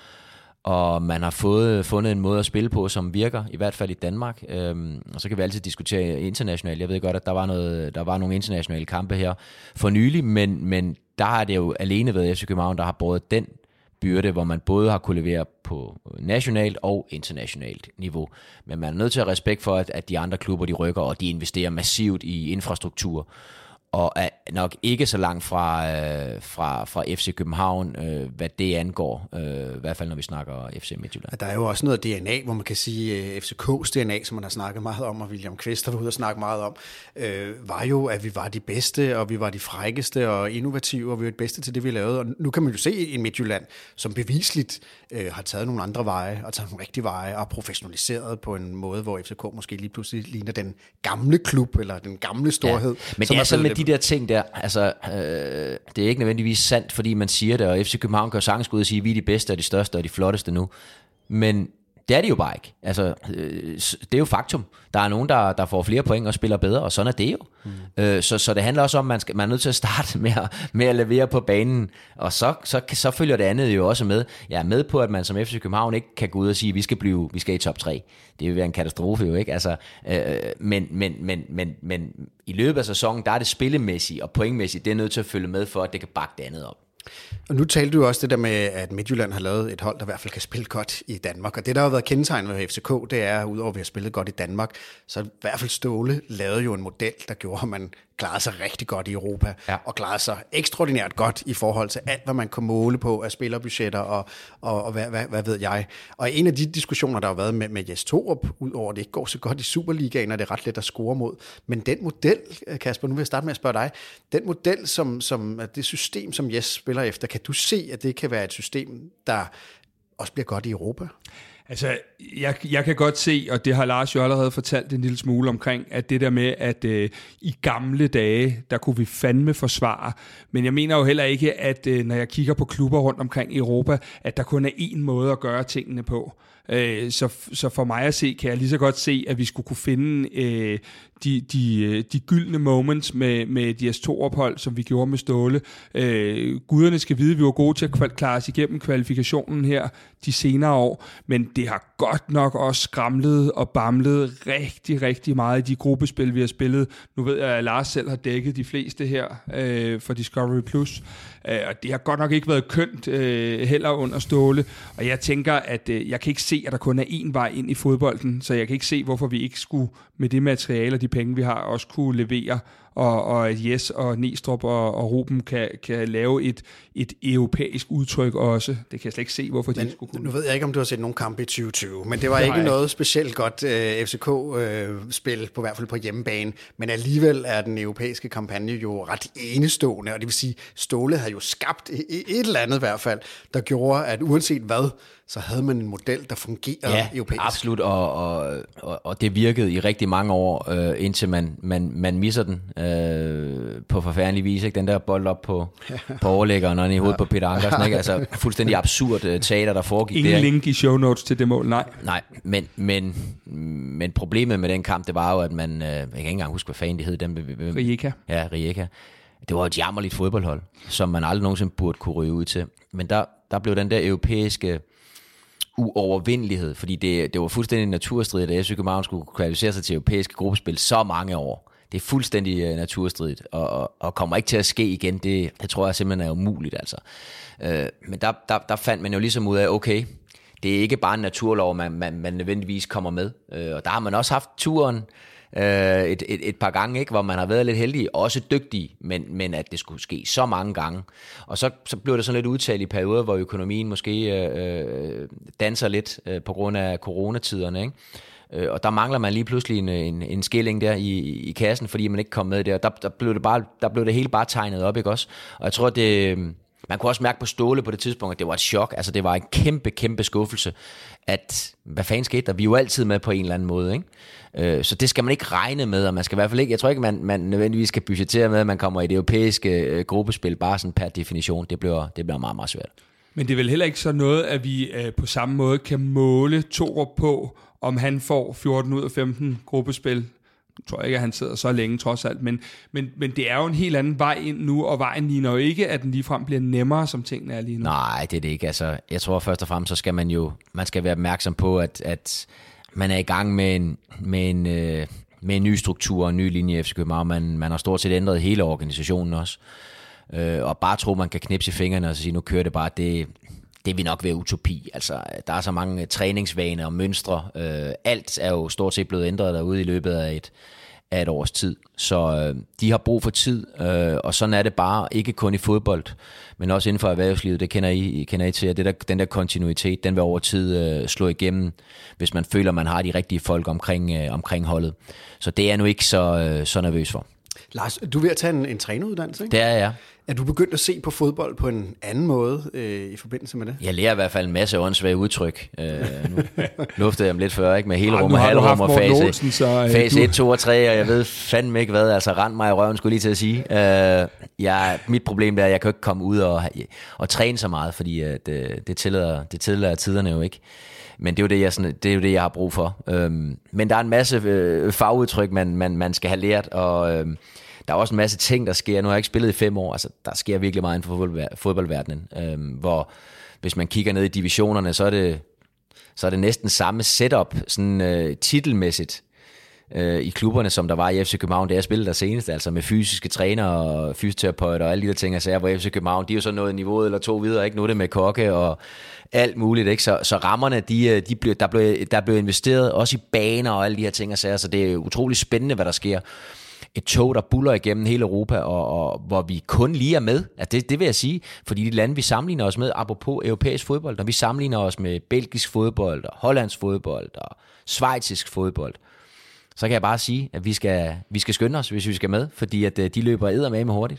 og man har fået, fundet en måde at spille på, som virker, i hvert fald i Danmark. Øhm, og så kan vi altid diskutere internationalt. Jeg ved godt, at der var, noget, der var nogle internationale kampe her for nylig, men, men der har det jo alene været F C København, der har båret den byrde, hvor man både har kunne levere på nationalt og internationalt niveau. Men man er nødt til at have respekt for, at, at de andre klubber, de rykker, og de investerer massivt i infrastruktur, og er nok ikke så langt fra, øh, fra, fra F C København, øh, hvad det angår, øh, i hvert fald når vi snakker F C Midtjylland. Der er jo også noget D N A, hvor man kan sige, uh, F C K's D N A, som man har snakket meget om, og William Kvist har været ude og snakket meget om, øh, var jo, at vi var de bedste, og vi var de frækkeste og innovative, og vi var det bedste til det, vi lavede. Og nu kan man jo se i Midtjylland, som bevisligt øh, har taget nogle andre veje, og taget nogle rigtige veje, og professionaliseret på en måde, hvor F C K måske lige pludselig ligner den gamle klub, eller den gamle storhed. Ja, men det er sådan med de der ting der, altså, øh, det er ikke nødvendigvis sandt, fordi man siger det, og F C København kan jo sagtens gå ud og sige, at vi er de bedste, og de største, og de flotteste nu. Men det er det jo bare ikke. Altså, øh, det er jo faktum. Der er nogen, der, der får flere point og spiller bedre, og sådan er det jo. Mm. Øh, så, så det handler også om, at man, skal, man er nødt til at starte med at, med at levere på banen, og så, så, så følger det andet jo også med. Jeg er med på, at man som F C København ikke kan gå ud og sige, at vi skal, blive, vi skal i top tre. Det vil være en katastrofe jo, ikke? Altså, øh, men, men, men, men, men i løbet af sæsonen, der er det spillemæssigt og pointmæssigt, det er nødt til at følge med for, at det kan bakke det andet op. Og nu talte du også det der med, at Midtjylland har lavet et hold, der i hvert fald kan spille godt i Danmark. Og det, der har været kendetegnet ved F C K, det er, udover at vi har spillet godt i Danmark, så i hvert fald Ståle lavede jo en model, der gjorde, at man klarede sig rigtig godt i Europa, ja. Og klarede sig ekstraordinært godt i forhold til alt, hvad man kan måle på af spillerbudgetter og, og, og hvad, hvad, hvad ved jeg. Og en af de diskussioner, der har været med, med Jes Torup, udover at det ikke går så godt i Superligaen, og det er ret let at score mod, men den model, Kasper, nu vil jeg starte med at spørge dig, den model, som, som det system, som Jes spiller efter, kan du se, at det kan være et system, der også bliver godt i Europa? Altså, jeg, jeg kan godt se, og det har Lars jo allerede fortalt en lille smule omkring, at det der med, at øh, i gamle dage, der kunne vi fandme forsvare, men jeg mener jo heller ikke, at øh, når jeg kigger på klubber rundt omkring i Europa, at der kun er én måde at gøre tingene på. Så, så for mig at se, kan jeg lige så godt se, at vi skulle kunne finde øh, de, de, de gyldne moments med, med de S to-ophold, som vi gjorde med Ståle. Øh, guderne skal vide, at vi var gode til at klare os igennem kvalifikationen her de senere år, men det har godt nok også skramlet og bamlet rigtig, rigtig meget i de gruppespil, vi har spillet. Nu ved jeg, at Lars selv har dækket de fleste her øh, for Discovery Plus, øh, og det har godt nok ikke været kønt øh, heller under Ståle, og jeg tænker, at øh, jeg kan ikke se, at der kun er én vej ind i fodbolden, så jeg kan ikke se, hvorfor vi ikke skulle med det materiale og de penge, vi har, også kunne levere, og, og at Jes og Næstrup og, og Ruben kan, kan lave et, et europæisk udtryk også. Det kan jeg slet ikke se, hvorfor men, de skulle kunne. Nu ved jeg ikke, om du har set nogen kampe i tyve tyve, men det var det ikke noget specielt godt uh, F C K-spil, uh, på hvert fald på hjemmebane, men alligevel er den europæiske kampagne jo ret enestående, og det vil sige, Ståle havde jo skabt et, et eller andet i hvert fald, der gjorde, at uanset hvad, så havde man en model, der fungerede ja, europæisk. Absolut, og, og, og, og det virkede i rigtig mange år, øh, indtil man, man, man misser den øh, på forfærdelig vis. Ikke? Den der bold op på, på overlæggeren og i hovedet ja. på Peter Ankersen. Ikke? Altså fuldstændig absurd øh, teater, der foregik Ingen der. Ingen link i show notes til det mål, nej. Nej, men, men, men problemet med den kamp, det var jo, at man, øh, jeg kan ikke engang huske, hvad fanden det hed. Den, Rijeka. Ja, Rijeka. Det var et jammerligt fodboldhold, som man aldrig nogensinde burde kunne ryge ud til. Men der, der blev den der europæiske uovervindelighed, fordi det, det var fuldstændig naturstridigt, at F C København skulle kvalificere sig til europæiske gruppespil så mange år. Det er fuldstændig uh, naturstridigt, og, og, og kommer ikke til at ske igen. Det, det tror jeg simpelthen er umuligt, altså. Uh, men der, der, der fandt man jo ligesom ud af, okay, det er ikke bare en naturlov, man, man, man nødvendigvis kommer med. Uh, og der har man også haft turen uh, et, et, et par gange, ikke, hvor man har været lidt heldig, også dygtig, men, men at det skulle ske så mange gange. Og så, så blev det sådan lidt udtalt i perioder, hvor økonomien måske øh, danser lidt øh, på grund af coronatiderne, ikke? Øh, og der mangler man lige pludselig en, en, en skilling der i, i kassen, fordi man ikke kom med der. Der, der, blev det bare, der blev det hele bare tegnet op, ikke også? Og jeg tror, det... Man kunne også mærke på Ståle på det tidspunkt, at det var et chok. Altså, det var en kæmpe, kæmpe skuffelse, at hvad fanden skete der? Vi er jo altid med på en eller anden måde, ikke? Øh, så det skal man ikke regne med, og man skal i hvert fald ikke, jeg tror ikke, man, man nødvendigvis skal budgettere med, at man kommer i det europæiske øh, gruppespil, bare sådan per definition. Det bliver, det bliver meget, meget svært. Men det er vel heller ikke så noget, at vi øh, på samme måde kan måle Torup på, om han får fjorten ud af femten gruppespil. Jeg tror ikke, at han sidder så længe trods alt, men, men, men det er jo en helt anden vej ind nu, og vejen ligner jo ikke, at den ligefrem bliver nemmere, som tingene er lige nu. Nej, det er det ikke. Altså, jeg tror først og fremmest, så skal man jo, man skal være opmærksom på, at, at man er i gang med en, med en, øh, med en ny struktur og en ny linje i F C København. Man, man har stort set ændret hele organisationen også. Øh, og bare tro, man kan knipse i fingrene og så sige, nu kører det bare, det, det vil nok være utopi. Altså, der er så mange træningsvaner og mønstre. Øh, alt er jo stort set blevet ændret derude i løbet af et, af et års tid. Så øh, de har brug for tid, øh, og sådan er det bare, ikke kun i fodbold, men også inden for erhvervslivet. Det kender I, kender I til, at det der, den der kontinuitet, den vil over tid øh, slå igennem, hvis man føler, man har de rigtige folk omkring, øh, omkring holdet. Så det er jeg nu ikke så, øh, så nervøs for. Lars, du er ved at tage en, en træneruddannelse, ikke? Det er jeg. Er du begyndt at se på fodbold på en anden måde øh, i forbindelse med det? Jeg lærer i hvert fald en masse åndssvage udtryk. Øh, nu luftede jeg dem lidt før, ikke? Med hele rum og halvrum og fase, Olsen, så, øh, fase et, to og tre, og jeg ved fandme ikke hvad. Altså rend mig i røven, skulle lige til at sige. Øh, jeg, mit problem er, at jeg kan ikke komme ud og, og træne så meget, fordi øh, det, det, tillader, det tillader tiderne jo ikke. Men det er jo det, jeg, sådan, det er jo det, jeg har brug for. Øhm, men der er en masse øh, fagudtryk, man, man, man skal have lært, og øh, der er også en masse ting, der sker. Nu har jeg ikke spillet i fem år, altså der sker virkelig meget inden for fodbold, fodboldverdenen, øh, hvor hvis man kigger ned i divisionerne, så er det, så er det næsten samme setup, sådan øh, titelmæssigt, øh, i klubberne, som der var i F C København, det jeg spillede der senest, altså med fysiske træner og fysioterapeuter og alle de der ting, altså hvor F C København, de er jo så nået niveauet eller to videre, ikke? Nu er det med kokke og alt muligt, ikke? Så, så rammerne, de, de blev, der, blev, der blev investeret også i baner og alle de her ting, så altså, det er utrolig spændende, hvad der sker. Et tog, der buller igennem hele Europa, og, og hvor vi kun lige er med. Altså det, det vil jeg sige, fordi de lande, vi sammenligner os med, apropos europæisk fodbold, når vi sammenligner os med belgisk fodbold, og hollandsk fodbold, og schweizisk fodbold, så kan jeg bare sige, at vi skal, vi skal skynde os, hvis vi skal med, fordi at de løber eddermame hurtigt.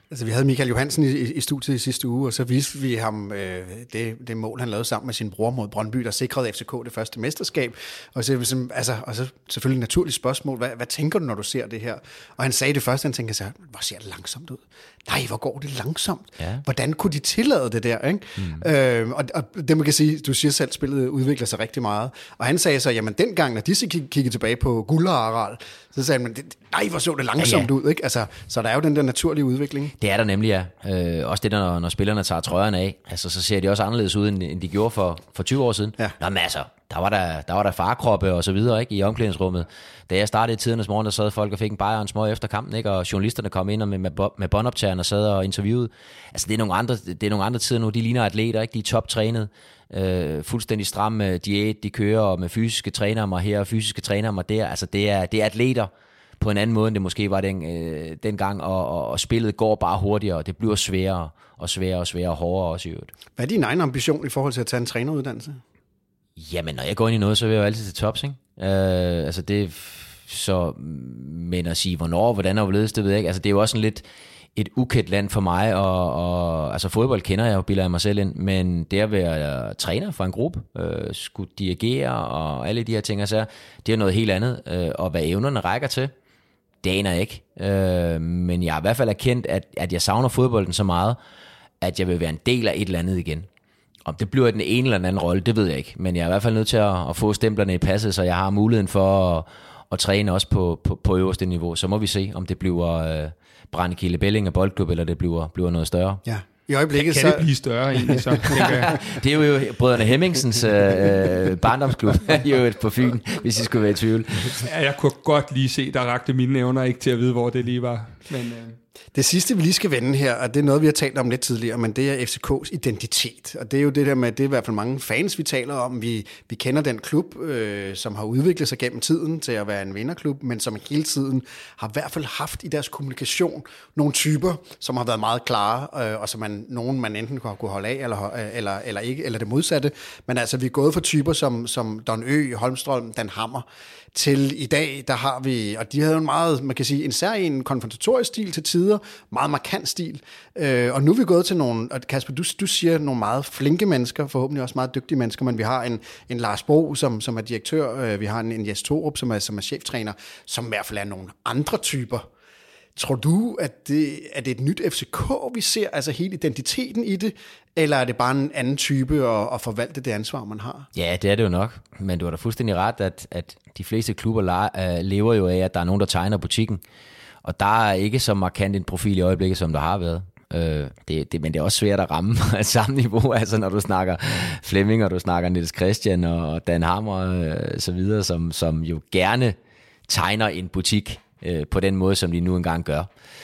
Altså, vi havde Michael Johansen i, i studiet i sidste uge, og så viste vi ham øh, det, det mål, han lavede sammen med sin bror mod Brøndby, der sikrede F C K det første mesterskab. Og så, altså, og så selvfølgelig et naturligt spørgsmål, hvad, hvad tænker du, når du ser det her? Og han sagde det første, han tænkte sig, hvor ser det langsomt ud? Nej, hvor går det langsomt? Ja. Hvordan kunne de tillade det der? Ikke? Mm. Øh, og, og det man kan sige, du siger selv, spillet udvikler sig rigtig meget. Og han sagde så, jamen dengang, når de så kiggede tilbage på Guld og Aral, så sagde han, nej, hvor så det langsomt ja, ja. ud. Ikke? Altså, så der er jo den der naturlige udvikling. Det er der nemlig, ja. Øh, også det der, når, når spillerne tager trøjerne af, altså, så ser de også anderledes ud, end, end de gjorde for, for tyve år ssiden. Ja. Nå, men altså, der var der, der, var der farkroppe og så videre, ikke, i omklædningsrummet. Da jeg startede i tidernes morgen, der sad folk og fik en bajer og en smøg efter kampen, ikke, og journalisterne kom ind og med, med, med båndoptagerne og sad og interviewede. Altså, det er nogle andre, det er nogle andre tider nu. De ligner atleter, ikke? De er toptrænet. Øh, fuldstændig stram øh, diæt, de kører og med fysiske trænere mig her og fysiske trænere mig der. Altså, det er, det er atleter på en anden måde, end det måske var den, øh, dengang, og, og, og spillet går bare hurtigere, og det bliver sværere og sværere og sværere og hårdere også i øvrigt. Hvad er din egen ambition i forhold til at tage en træneruddannelse? Jamen, når jeg går ind i noget, så vil jeg jo altid til tops, ikke? Øh, altså det, så, men at sige, hvornår, hvordan og hvorledes, det ved jeg ikke. Altså det er jo også sådan lidt et ukendt land for mig, og, og altså fodbold kender jeg jo, bilder jeg mig selv ind, men det at være træner for en gruppe, øh, skulle dirigere og alle de her ting, altså, det er noget helt andet, øh, og hvad evnerne rækker til, det aner jeg ikke. Øh, men jeg har i hvert fald erkendt, at, at jeg savner fodbolden så meget, at jeg vil være en del af et eller andet igen. Om det bliver den ene eller anden rolle, det ved jeg ikke. Men jeg er i hvert fald nødt til at, at få stemplerne i passet, så jeg har muligheden for at, at træne også på, på, på øverste niveau. Så må vi se, om det bliver øh, Brandekilde Belling af Boldklub, eller det bliver, bliver noget større. Ja. I øjeblikket, kan så... det blive større egentlig så? Det er jo brødrene Hemmingsens øh, barndomsklub i øvrigt på Fyn, hvis I skulle være i tvivl. Ja, jeg kunne godt lige se, der rakte mine evner ikke til at vide, hvor det lige var. Men, øh... Det sidste, vi lige skal vende her, og det er noget, vi har talt om lidt tidligere, men det er F C K's identitet. Og det er jo det der med, det er i hvert fald mange fans, vi taler om. Vi, vi kender den klub, øh, som har udviklet sig gennem tiden til at være en vinderklub, men som hele tiden har i hvert fald haft i deres kommunikation nogle typer, som har været meget klare, øh, og som man, nogen man enten kunne holde af, eller, eller, eller ikke, eller det modsatte. Men altså, vi er gået fra typer som, som Don Ø, Holmstrøm, Dan Hammer, til i dag, der har vi, og de havde jo en meget, man kan sige, en særlig konfrontatorisk stil til tider, meget markant stil, øh, og nu er vi gået til nogle, og Kasper, du, du siger nogle meget flinke mennesker, forhåbentlig også meget dygtige mennesker, men vi har en, en Lars Bro, som, som er direktør, øh, vi har en, en Jes Torup, som er, som er cheftræner, som i hvert fald er nogle andre typer. Tror du, at det, at det er et nyt F C K, vi ser, altså hele identiteten i det, eller er det bare en anden type at, at forvalte det ansvar, man har? Ja, det er det jo nok, men du har da fuldstændig ret, at, at de fleste klubber lever jo af, at der er nogen, der tegner butikken, og der er ikke så markant en profil i øjeblikket, som der har været. Øh, det, det, men det er også svært at ramme samme niveau, altså når du snakker Flemming, og du snakker Niels Christian og Dan Hammer og så videre, som, som jo gerne tegner en butik på den måde, som de nu engang gør.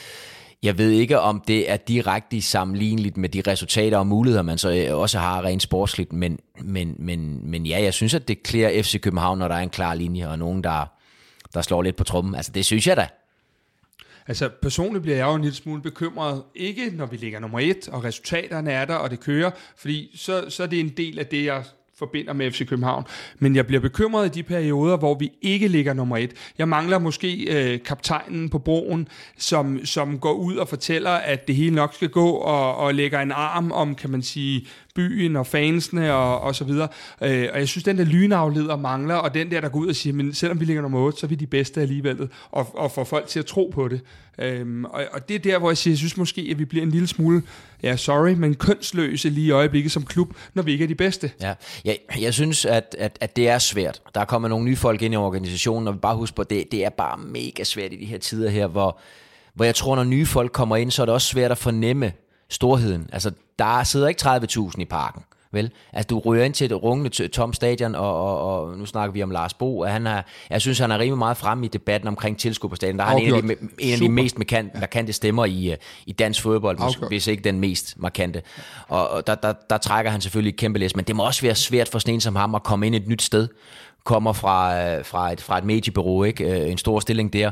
Jeg ved ikke, om det er direkte sammenligneligt med de resultater og muligheder, man så også har rent sportsligt, men, men, men, men ja, jeg synes, at det klæder F C København, når der er en klar linje, og nogen, der, der slår lidt på trommen. Altså, det synes jeg da. Altså, personligt bliver jeg jo en lille smule bekymret, ikke når vi ligger nummer et, og resultaterne er der, og det kører, fordi så, så er det en del af det, jeg forbinder med F C København, men jeg bliver bekymret i de perioder, hvor vi ikke ligger nummer et. Jeg mangler måske øh, kaptajnen på broen, som, som går ud og fortæller, at det hele nok skal gå, og, og lægger en arm om, kan man sige, byen og fansene og, og så videre. Øh, og jeg synes, den der lynafleder mangler, og den der, der går ud og siger, men selvom vi ligger nummer otte, så er vi de bedste alligevel, og, og får folk til at tro på det. Øhm, og, og det er der, hvor jeg siger, jeg synes måske, at vi bliver en lille smule, ja, sorry, men kønsløse lige i øjeblikket som klub, når vi ikke er de bedste. Ja, jeg, jeg synes, at, at, at det er svært. Der er kommet nogle nye folk ind i organisationen, og vi bare husk på, at det, det er bare mega svært i de her tider her, hvor, hvor jeg tror, når nye folk kommer ind, så er det også svært at fornemme storheden. Altså, der sidder ikke tredive tusind i parken, vel? Altså, du ryger ind til et rungende tom stadion, og, og, og nu snakker vi om Lars Bo, og han har, jeg synes, han er rimelig meget fremme i debatten omkring tilskuer på stadion. Der er han en af de, en af de mest markante, markante stemmer i, i dansk fodbold, måske, hvis ikke den mest markante. Og, og der, der, der trækker han selvfølgelig et kæmpe læs, men det må også være svært for sådan en som ham at komme ind et nyt sted, kommer fra, fra, et, fra et mediebureau, ikke? En stor stilling der,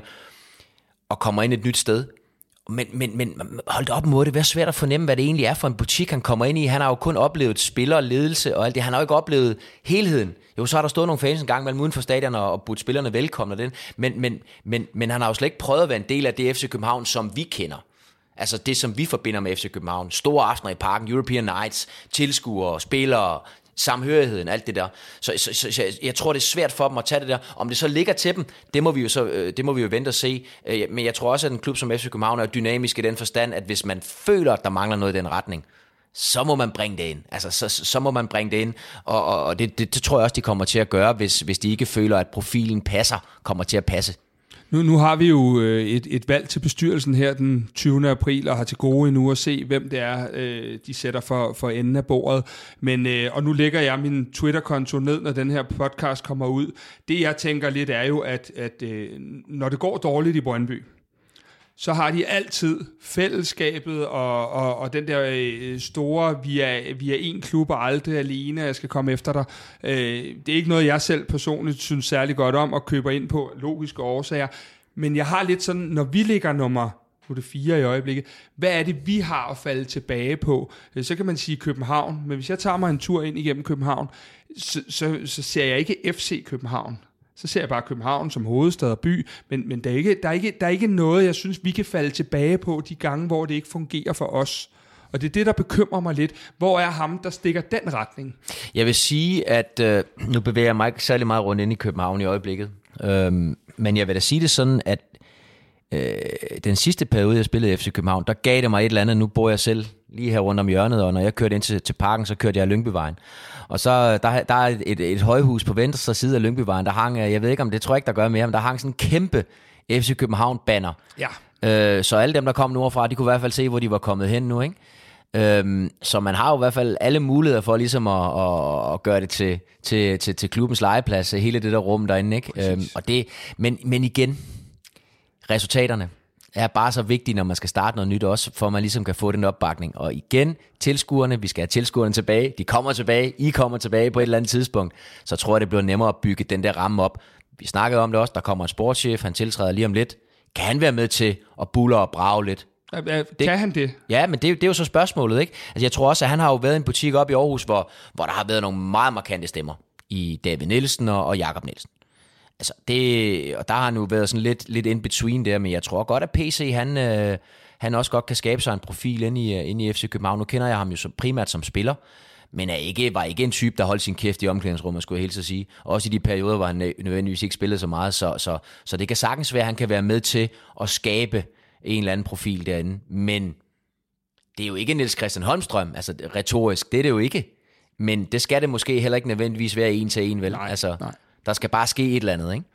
og kommer ind et nyt sted. Men, men, men hold da op mod det, det er svært at fornemme, hvad det egentlig er for en butik, han kommer ind i. Han har jo kun oplevet spiller, ledelse og alt det. Han har jo ikke oplevet helheden. Jo, så har der stået nogle fans en gang mellem uden for stadion og, og budt spillerne velkommen. Den. Men, men, men, men han har jo slet ikke prøvet at være en del af det F C København, som vi kender. Altså det, som vi forbinder med F C København. Store aftener i parken, European Nights, tilskuere, spillere, samhørigheden, alt det der. Så, så, så, så jeg tror, det er svært for dem at tage det der. Om det så ligger til dem, det må vi jo, så, det må vi jo vente og se. Men jeg tror også, at en klub som F C København er dynamisk i den forstand, at hvis man føler, at der mangler noget i den retning, så må man bringe det ind. Altså, så, så må man bringe det ind. Og, og, og det, det, det tror jeg også, de kommer til at gøre, hvis, hvis de ikke føler, at profilen passer, kommer til at passe. Nu, nu har vi jo et, et valg til bestyrelsen her den tyvende april, og har til gode endnu at se, hvem det er, øh, de sætter for, for enden af bordet. Men, øh, og nu lægger jeg min Twitter-konto ned, når den her podcast kommer ud. Det jeg tænker lidt er jo, at, at øh, når det går dårligt i Brøndby, så har de altid fællesskabet og, og, og den der øh, store, vi er, vi er en klub og aldrig alene, jeg skal komme efter dig. Øh, det er ikke noget, jeg selv personligt synes særlig godt om og køber ind på logiske årsager. Men jeg har lidt sådan, når vi ligger nummer, nu er det fire i øjeblikket, hvad er det, vi har at falde tilbage på? Så kan man sige København, men hvis jeg tager mig en tur ind igennem København, så, så, så ser jeg ikke F C København. Så ser jeg bare København som hovedstad og by, men, men der, er ikke, der, er ikke, der er ikke noget, jeg synes, vi kan falde tilbage på de gange, hvor det ikke fungerer for os. Og det er det, der bekymrer mig lidt. Hvor er ham, der stikker den retning? Jeg vil sige, at øh, nu bevæger jeg mig ikke særlig meget rundt ind i København i øjeblikket. Øhm, men jeg vil da sige det sådan, at øh, den sidste periode, jeg spillede i F C København, der gav det mig et eller andet. Nu bor jeg selv lige her rundt om hjørnet, og når jeg kørte ind til, til parken, så kørte jeg Lyngbyvejen. Og så der, der er et, et højhus på venstre side af Lyngbyvejen, der hang, jeg ved ikke om det tror jeg ikke, der gør mere, men der hang sådan en kæmpe F C København-banner. Ja. Øh, så alle dem, der kom nordfra, de kunne i hvert fald se, hvor de var kommet hen nu, ikke? Øhm, så man har jo i hvert fald alle muligheder for ligesom at, at, at gøre det til, til, til, til klubbens legeplads, hele det der rum derinde, ikke? Øhm, og det, men, men igen, resultaterne er bare så vigtige, når man skal starte noget nyt også, for at man ligesom kan få den opbakning. Og igen, tilskuerne, vi skal have tilskuerne tilbage, de kommer tilbage, I kommer tilbage på et eller andet tidspunkt, så tror jeg, det bliver nemmere at bygge den der ramme op. Vi snakkede om det også, der kommer en sportschef, han tiltræder lige om lidt. Kan han være med til at bulle og brage lidt? Kan det, han det? Ja, men det, det er jo så spørgsmålet, ikke? Altså jeg tror også, at han har jo været i en butik op i Aarhus, hvor, hvor der har været nogle meget markante stemmer i David Nielsen og, og Jakob Nielsen. Altså det, og der har han jo været sådan lidt, lidt in between der, men jeg tror godt, at P C, han, øh, han også godt kan skabe sig en profil inde i, inde i F C København. Nu kender jeg ham jo så primært som spiller, men er ikke, var ikke en type, der holdt sin kæft i omklædningsrummet, skulle jeg helt så sige. Også i de perioder, hvor han nødvendigvis ikke spillede så meget, så, så, så det kan sagtens være, at han kan være med til at skabe en eller anden profil derinde, men det er jo ikke Niels Christian Holmstrøm, altså retorisk, det er det jo ikke, men det skal det måske heller ikke nødvendigvis være en til en, vel? Nej, altså, nej. Der skal bare ske et eller andet, ikke?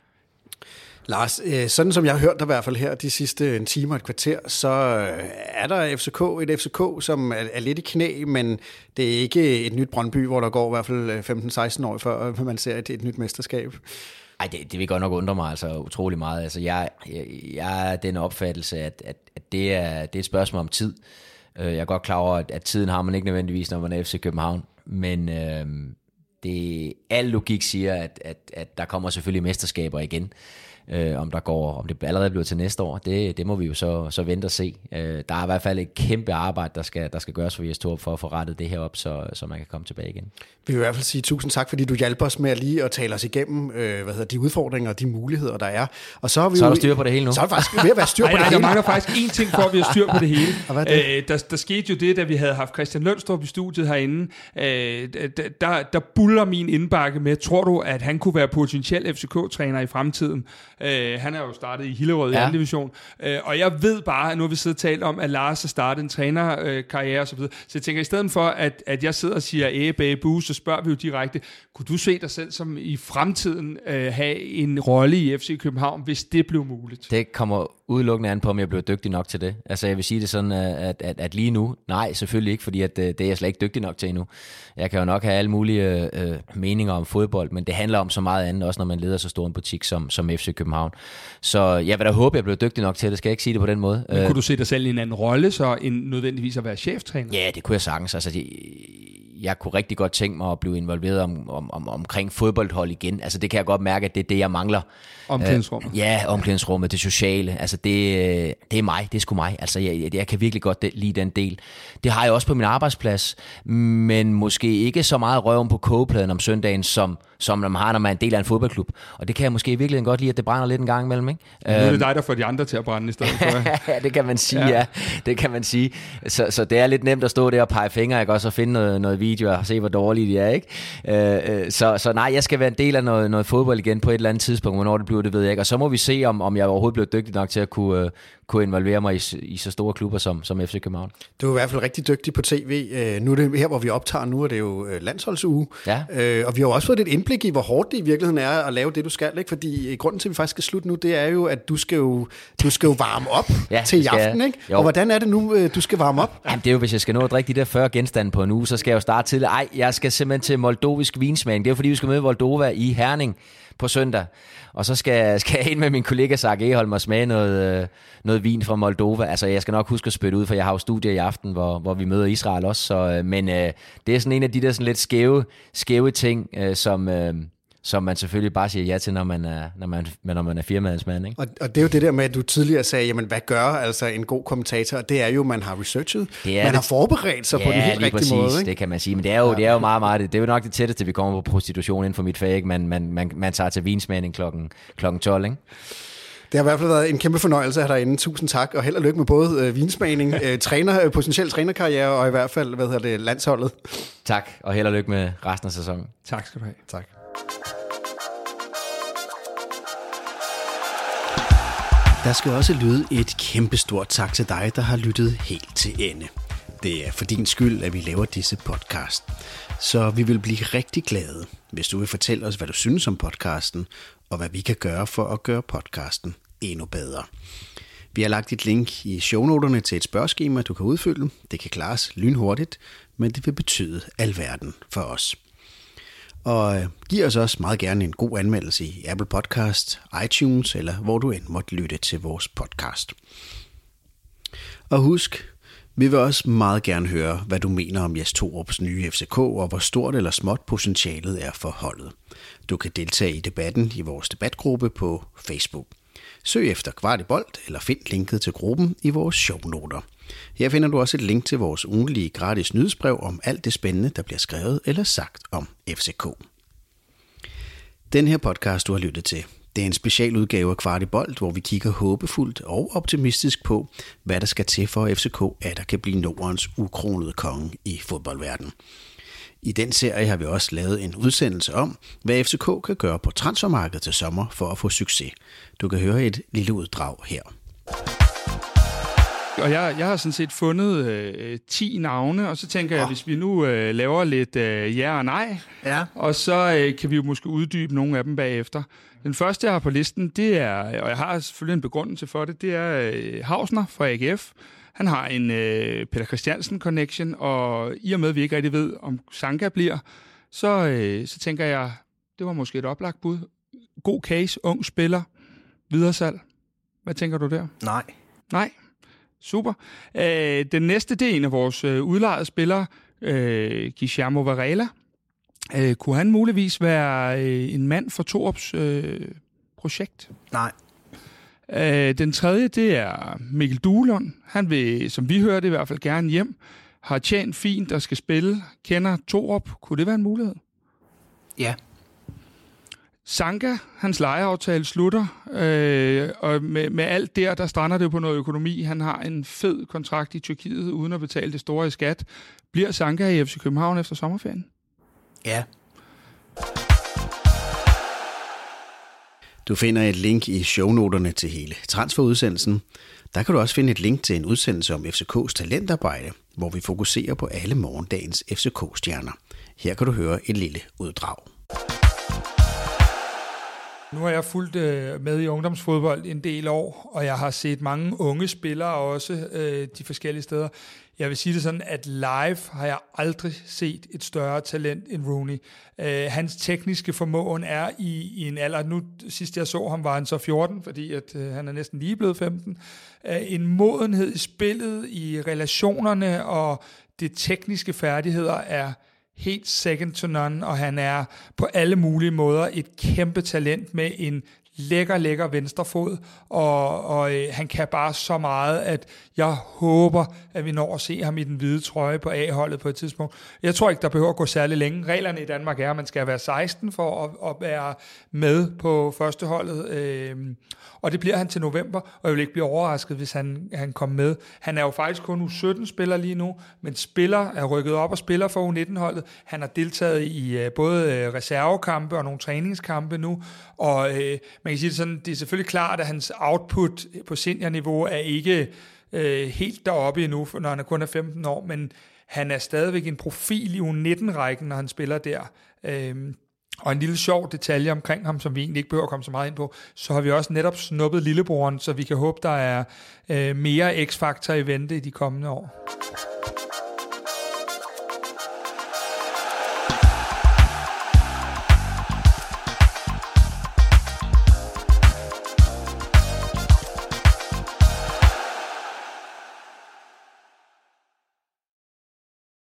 Lars, sådan som jeg har hørt dig i hvert fald her de sidste en time og et kvarter, så er der F C K, et F C K, som er lidt i knæ, men det er ikke et nyt Brøndby, hvor der går i hvert fald femten seksten år før man ser et, et nyt mesterskab. Ej, det, det vil godt nok undre mig altså utrolig meget. Altså, jeg, jeg, jeg er den opfattelse, at, at, at det, er, det er et spørgsmål om tid. Jeg er godt klar over, at, at tiden har man ikke nødvendigvis, når man er F C København, men øh, det, al logik siger, at, at, at der kommer selvfølgelig mesterskaber igen. Øh, om der går, om det allerede bliver til næste år, det, det må vi jo så, så vente og se. Øh, der er i hvert fald et kæmpe arbejde, der skal, der skal gøres for V S Torp for at få rettet det her op, så, så man kan komme tilbage igen. Vi vil i hvert fald sige tusind tak, fordi du hjalp os med at lige at tale os igennem øh, hvad hedder, de udfordringer og de muligheder, der er. Og så, har vi så er jo, der styr på det hele nu. Så er der faktisk ved at være styr på ej, det ej, hele. Der mangler faktisk én ting for, at vi har styr på det hele. det? Æ, der, der skete jo det, da vi havde haft Christian Lønstrup i studiet herinde. Æ, der, der, der buller min indbakke med, tror du, at han kunne være potentiel F C K-træner i fremtiden? Æ, han er jo startet i Hillerød ja. i anden division. Øh, og jeg ved bare, at nu har vi siddet og talt om, at Lars har startet en trænerkarriere og så videre. Så jeg tænker, i stedet for, at, at jeg sidder og siger æh, bæh, buh, så spørger vi jo direkte, kunne du se dig selv som i fremtiden øh, have en rolle i F C København, hvis det blev muligt? Det kommer udelukkende an på, om jeg bliver dygtig nok til det. Altså jeg vil sige det sådan, at, at, at lige nu, nej, selvfølgelig ikke, fordi at, det er jeg slet ikke dygtig nok til endnu. Jeg kan jo nok have alle mulige øh, meninger om fodbold, men det handler om så meget andet, også når man leder så stor en butik som, som F C København. Så jeg vil da håbe, jeg bliver dygtig nok til det. Skal jeg ikke sige det på den måde. Men kunne du se dig selv i en anden rolle, så end nødvendigvis at være cheftræner? Ja, det kunne jeg sagtens. Altså, det, jeg kunne rigtig godt tænke mig at blive involveret om, om, om, omkring fodboldhold igen. Altså det kan jeg godt mærke, at det er det, jeg mangler. Omklædningsrummet. Øh, ja, omklædningsrummet, det sociale. Altså det, det er mig, det er sgu mig. Altså jeg, jeg kan virkelig godt lide den del. Det har jeg også på min arbejdsplads, men måske ikke så meget røven på kogepladen om søndagen, som, som man har, når man er en del af en fodboldklub. Og det kan jeg måske virkelig godt lide, at det brænder lidt en gang imellem. Ikke? Nu er det dig, der får de andre til at brænde i stedet for. Ja, det kan man sige, ja. ja. Det kan man sige. Så, så det er lidt nemt at stå der og pege fingre, ikke? Også at finde noget, noget video og se, hvor dårlige de er. Ikke? Øh, øh, så, så nej, jeg skal være en del af noget, noget fodbold igen på et eller andet tidspunkt. Hvornår det bliver, det ved jeg ikke. Og så må vi se, om, om jeg overhovedet bliver dygtig nok til at kunne, uh, kunne involvere mig i, i så store klubber som, som F C København. Du er i hvert fald rigtig dygtig på tv. Uh, nu er det her, hvor vi optager nu, er det jo uh, landsholdsuge. Ja. Uh, og vi har jo også fået et indblik i, hvor hårdt det i virkeligheden er at lave det, du skal. Ikke? Fordi grunden til, at vi faktisk skal slutte nu, det er jo, at du skal jo, du skal jo varme op ja, til i aften. Ikke? Og hvordan er det nu, uh, du skal varme op? Jamen, det er jo, hvis jeg skal nå at drikke de der fyrre genstande på en uge, så skal jeg jo starte tidligt. Ej, jeg skal simpelthen til moldovisk vinsmagning. Det er jo, fordi vi skal møde Moldova i Herning på søndag. Og så skal, skal jeg ind med min kollega Sark Eholm og smage noget, øh, noget vin fra Moldova. Altså, jeg skal nok huske at spytte ud, for jeg har jo studier i aften, hvor, hvor vi møder Israel også. Så, øh, men øh, det er sådan en af de der sådan lidt skæve, skæve ting, øh, som... Øh, som man selvfølgelig bare siger ja til, når man er, når man, når man er firmadsmand. Ikke? Og, og det er jo det der med, at du tidligere sagde, jamen hvad gør altså en god kommentator? Det er jo, man har researchet, man det. har forberedt sig ja, på den helt rigtige præcis, måde. Ikke? Det kan man sige, men det er jo, ja. det er jo meget, meget, det er jo nok det tætteste, vi kommer på prostitution inden for mit fag. Ikke? Man, man, man, man tager til vinsmagning klokken, klokken tolv, ikke? Det har i hvert fald været en kæmpe fornøjelse at have derinde. Tusind tak, og held og lykke med både øh, vinsmagning, øh, træner, øh, potentiel trænerkarriere, og i hvert fald, hvad hedder det, landsholdet. Tak, og held og lykke med resten af sæsonen. Tak skal du have. Tak. Der skal også lyde et kæmpestort tak til dig, der har lyttet helt til ende. Det er for din skyld, at vi laver disse podcast. Så vi vil blive rigtig glade, hvis du vil fortælle os, hvad du synes om podcasten, og hvad vi kan gøre for at gøre podcasten endnu bedre. Vi har lagt et link i shownoterne til et spørgeskema, du kan udfylde. Det kan klares lynhurtigt, men det vil betyde alverden for os. Og giv os også meget gerne en god anmeldelse i Apple Podcast, iTunes eller hvor du end måtte lytte til vores podcast. Og husk, vi vil også meget gerne høre, hvad du mener om Jes Torups nye F C K, og hvor stort eller småt potentialet er for holdet. Du kan deltage i debatten i vores debatgruppe på Facebook. Søg efter Kvartibold eller find linket til gruppen i vores shownoter. Her finder du også et link til vores ugentlige gratis nyhedsbrev om alt det spændende, der bliver skrevet eller sagt om F C K. Den her podcast, du har lyttet til, det er en specialudgave af Kvartibold, hvor vi kigger håbefuldt og optimistisk på, hvad der skal til for F C K, at der kan blive Nordens ukronede konge i fodboldverdenen. I den serie har vi også lavet en udsendelse om, hvad F C K kan gøre på transfermarkedet til sommer for at få succes. Du kan høre et lille uddrag her. Og jeg, jeg har sådan set fundet øh, ti navne, og så tænker jeg, oh. hvis vi nu øh, laver lidt øh, ja og nej, ja. og så øh, kan vi jo måske uddybe nogle af dem bagefter. Den første, jeg har på listen, det er, og jeg har selvfølgelig en begrundelse for det, det er øh, Hausner fra A G F. Han har en øh, Peter Christiansen-connection, og i og med, at vi ikke rigtig ved, om Sanka bliver, så, øh, så tænker jeg, det var måske et oplagt bud. God case, ung spiller, videresalg. Hvad tænker du der? Nej. Nej. Super. Øh, den næste, det er en af vores øh, udlejede spillere, øh, Guillermo Varela. Øh, kunne han muligvis være øh, en mand for Torups øh, projekt? Nej. Øh, den tredje, det er Mikkel Duelund. Han vil, som vi hørte, i hvert fald gerne hjem. Har tjent fint og skal spille. Kender Torup. Kunne det være en mulighed? Ja. Sanka, hans lejeaftale slutter, øh, og med, med alt der, der strander det jo på noget økonomi. Han har en fed kontrakt i Tyrkiet, uden at betale det store i skat. Bliver Sanka i F C København efter sommerferien? Ja. Du finder et link i shownoterne til hele transferudsendelsen. Der kan du også finde et link til en udsendelse om F C K's talentarbejde, hvor vi fokuserer på alle morgendagens F C K-stjerner. Her kan du høre et lille uddrag. Nu har jeg fulgt øh, med i ungdomsfodbold en del år, og jeg har set mange unge spillere også øh, de forskellige steder. Jeg vil sige det sådan, at live har jeg aldrig set et større talent end Rooney. Øh, hans tekniske formåen er i, i en alder, nu sidst jeg så ham var han så fjorten, fordi at, øh, han er næsten lige blevet femten. Øh, en modenhed i spillet, i relationerne, og det tekniske færdigheder er helt second to none, og han er på alle mulige måder et kæmpe talent med en lækker, lækker venstrefod, og, og øh, han kan bare så meget, at jeg håber, at vi når at se ham i den hvide trøje på A-holdet på et tidspunkt. Jeg tror ikke, der behøver at gå særlig længe. Reglerne i Danmark er, at man skal være seksten for at, at være med på førsteholdet, øh, og det bliver han til november, og jeg vil ikke blive overrasket, hvis han, han kommer med. Han er jo faktisk kun U sytten-spiller lige nu, men spiller er rykket op og spiller for U nitten-holdet. Han har deltaget i uh, både uh, reservekampe og nogle træningskampe nu, og uh, man kan sige det sådan, det er selvfølgelig klart, at hans output på seniorniveau er ikke uh, helt deroppe endnu, når han kun er femten år, men han er stadigvæk en profil i U nitten-rækken, når han spiller der. Uh, Og en lille sjov detalje omkring ham, som vi egentlig ikke behøver at komme så meget ind på, så har vi også netop snuppet lillebroren, så vi kan håbe, der er øh, mere X-faktor i vente i de kommende år.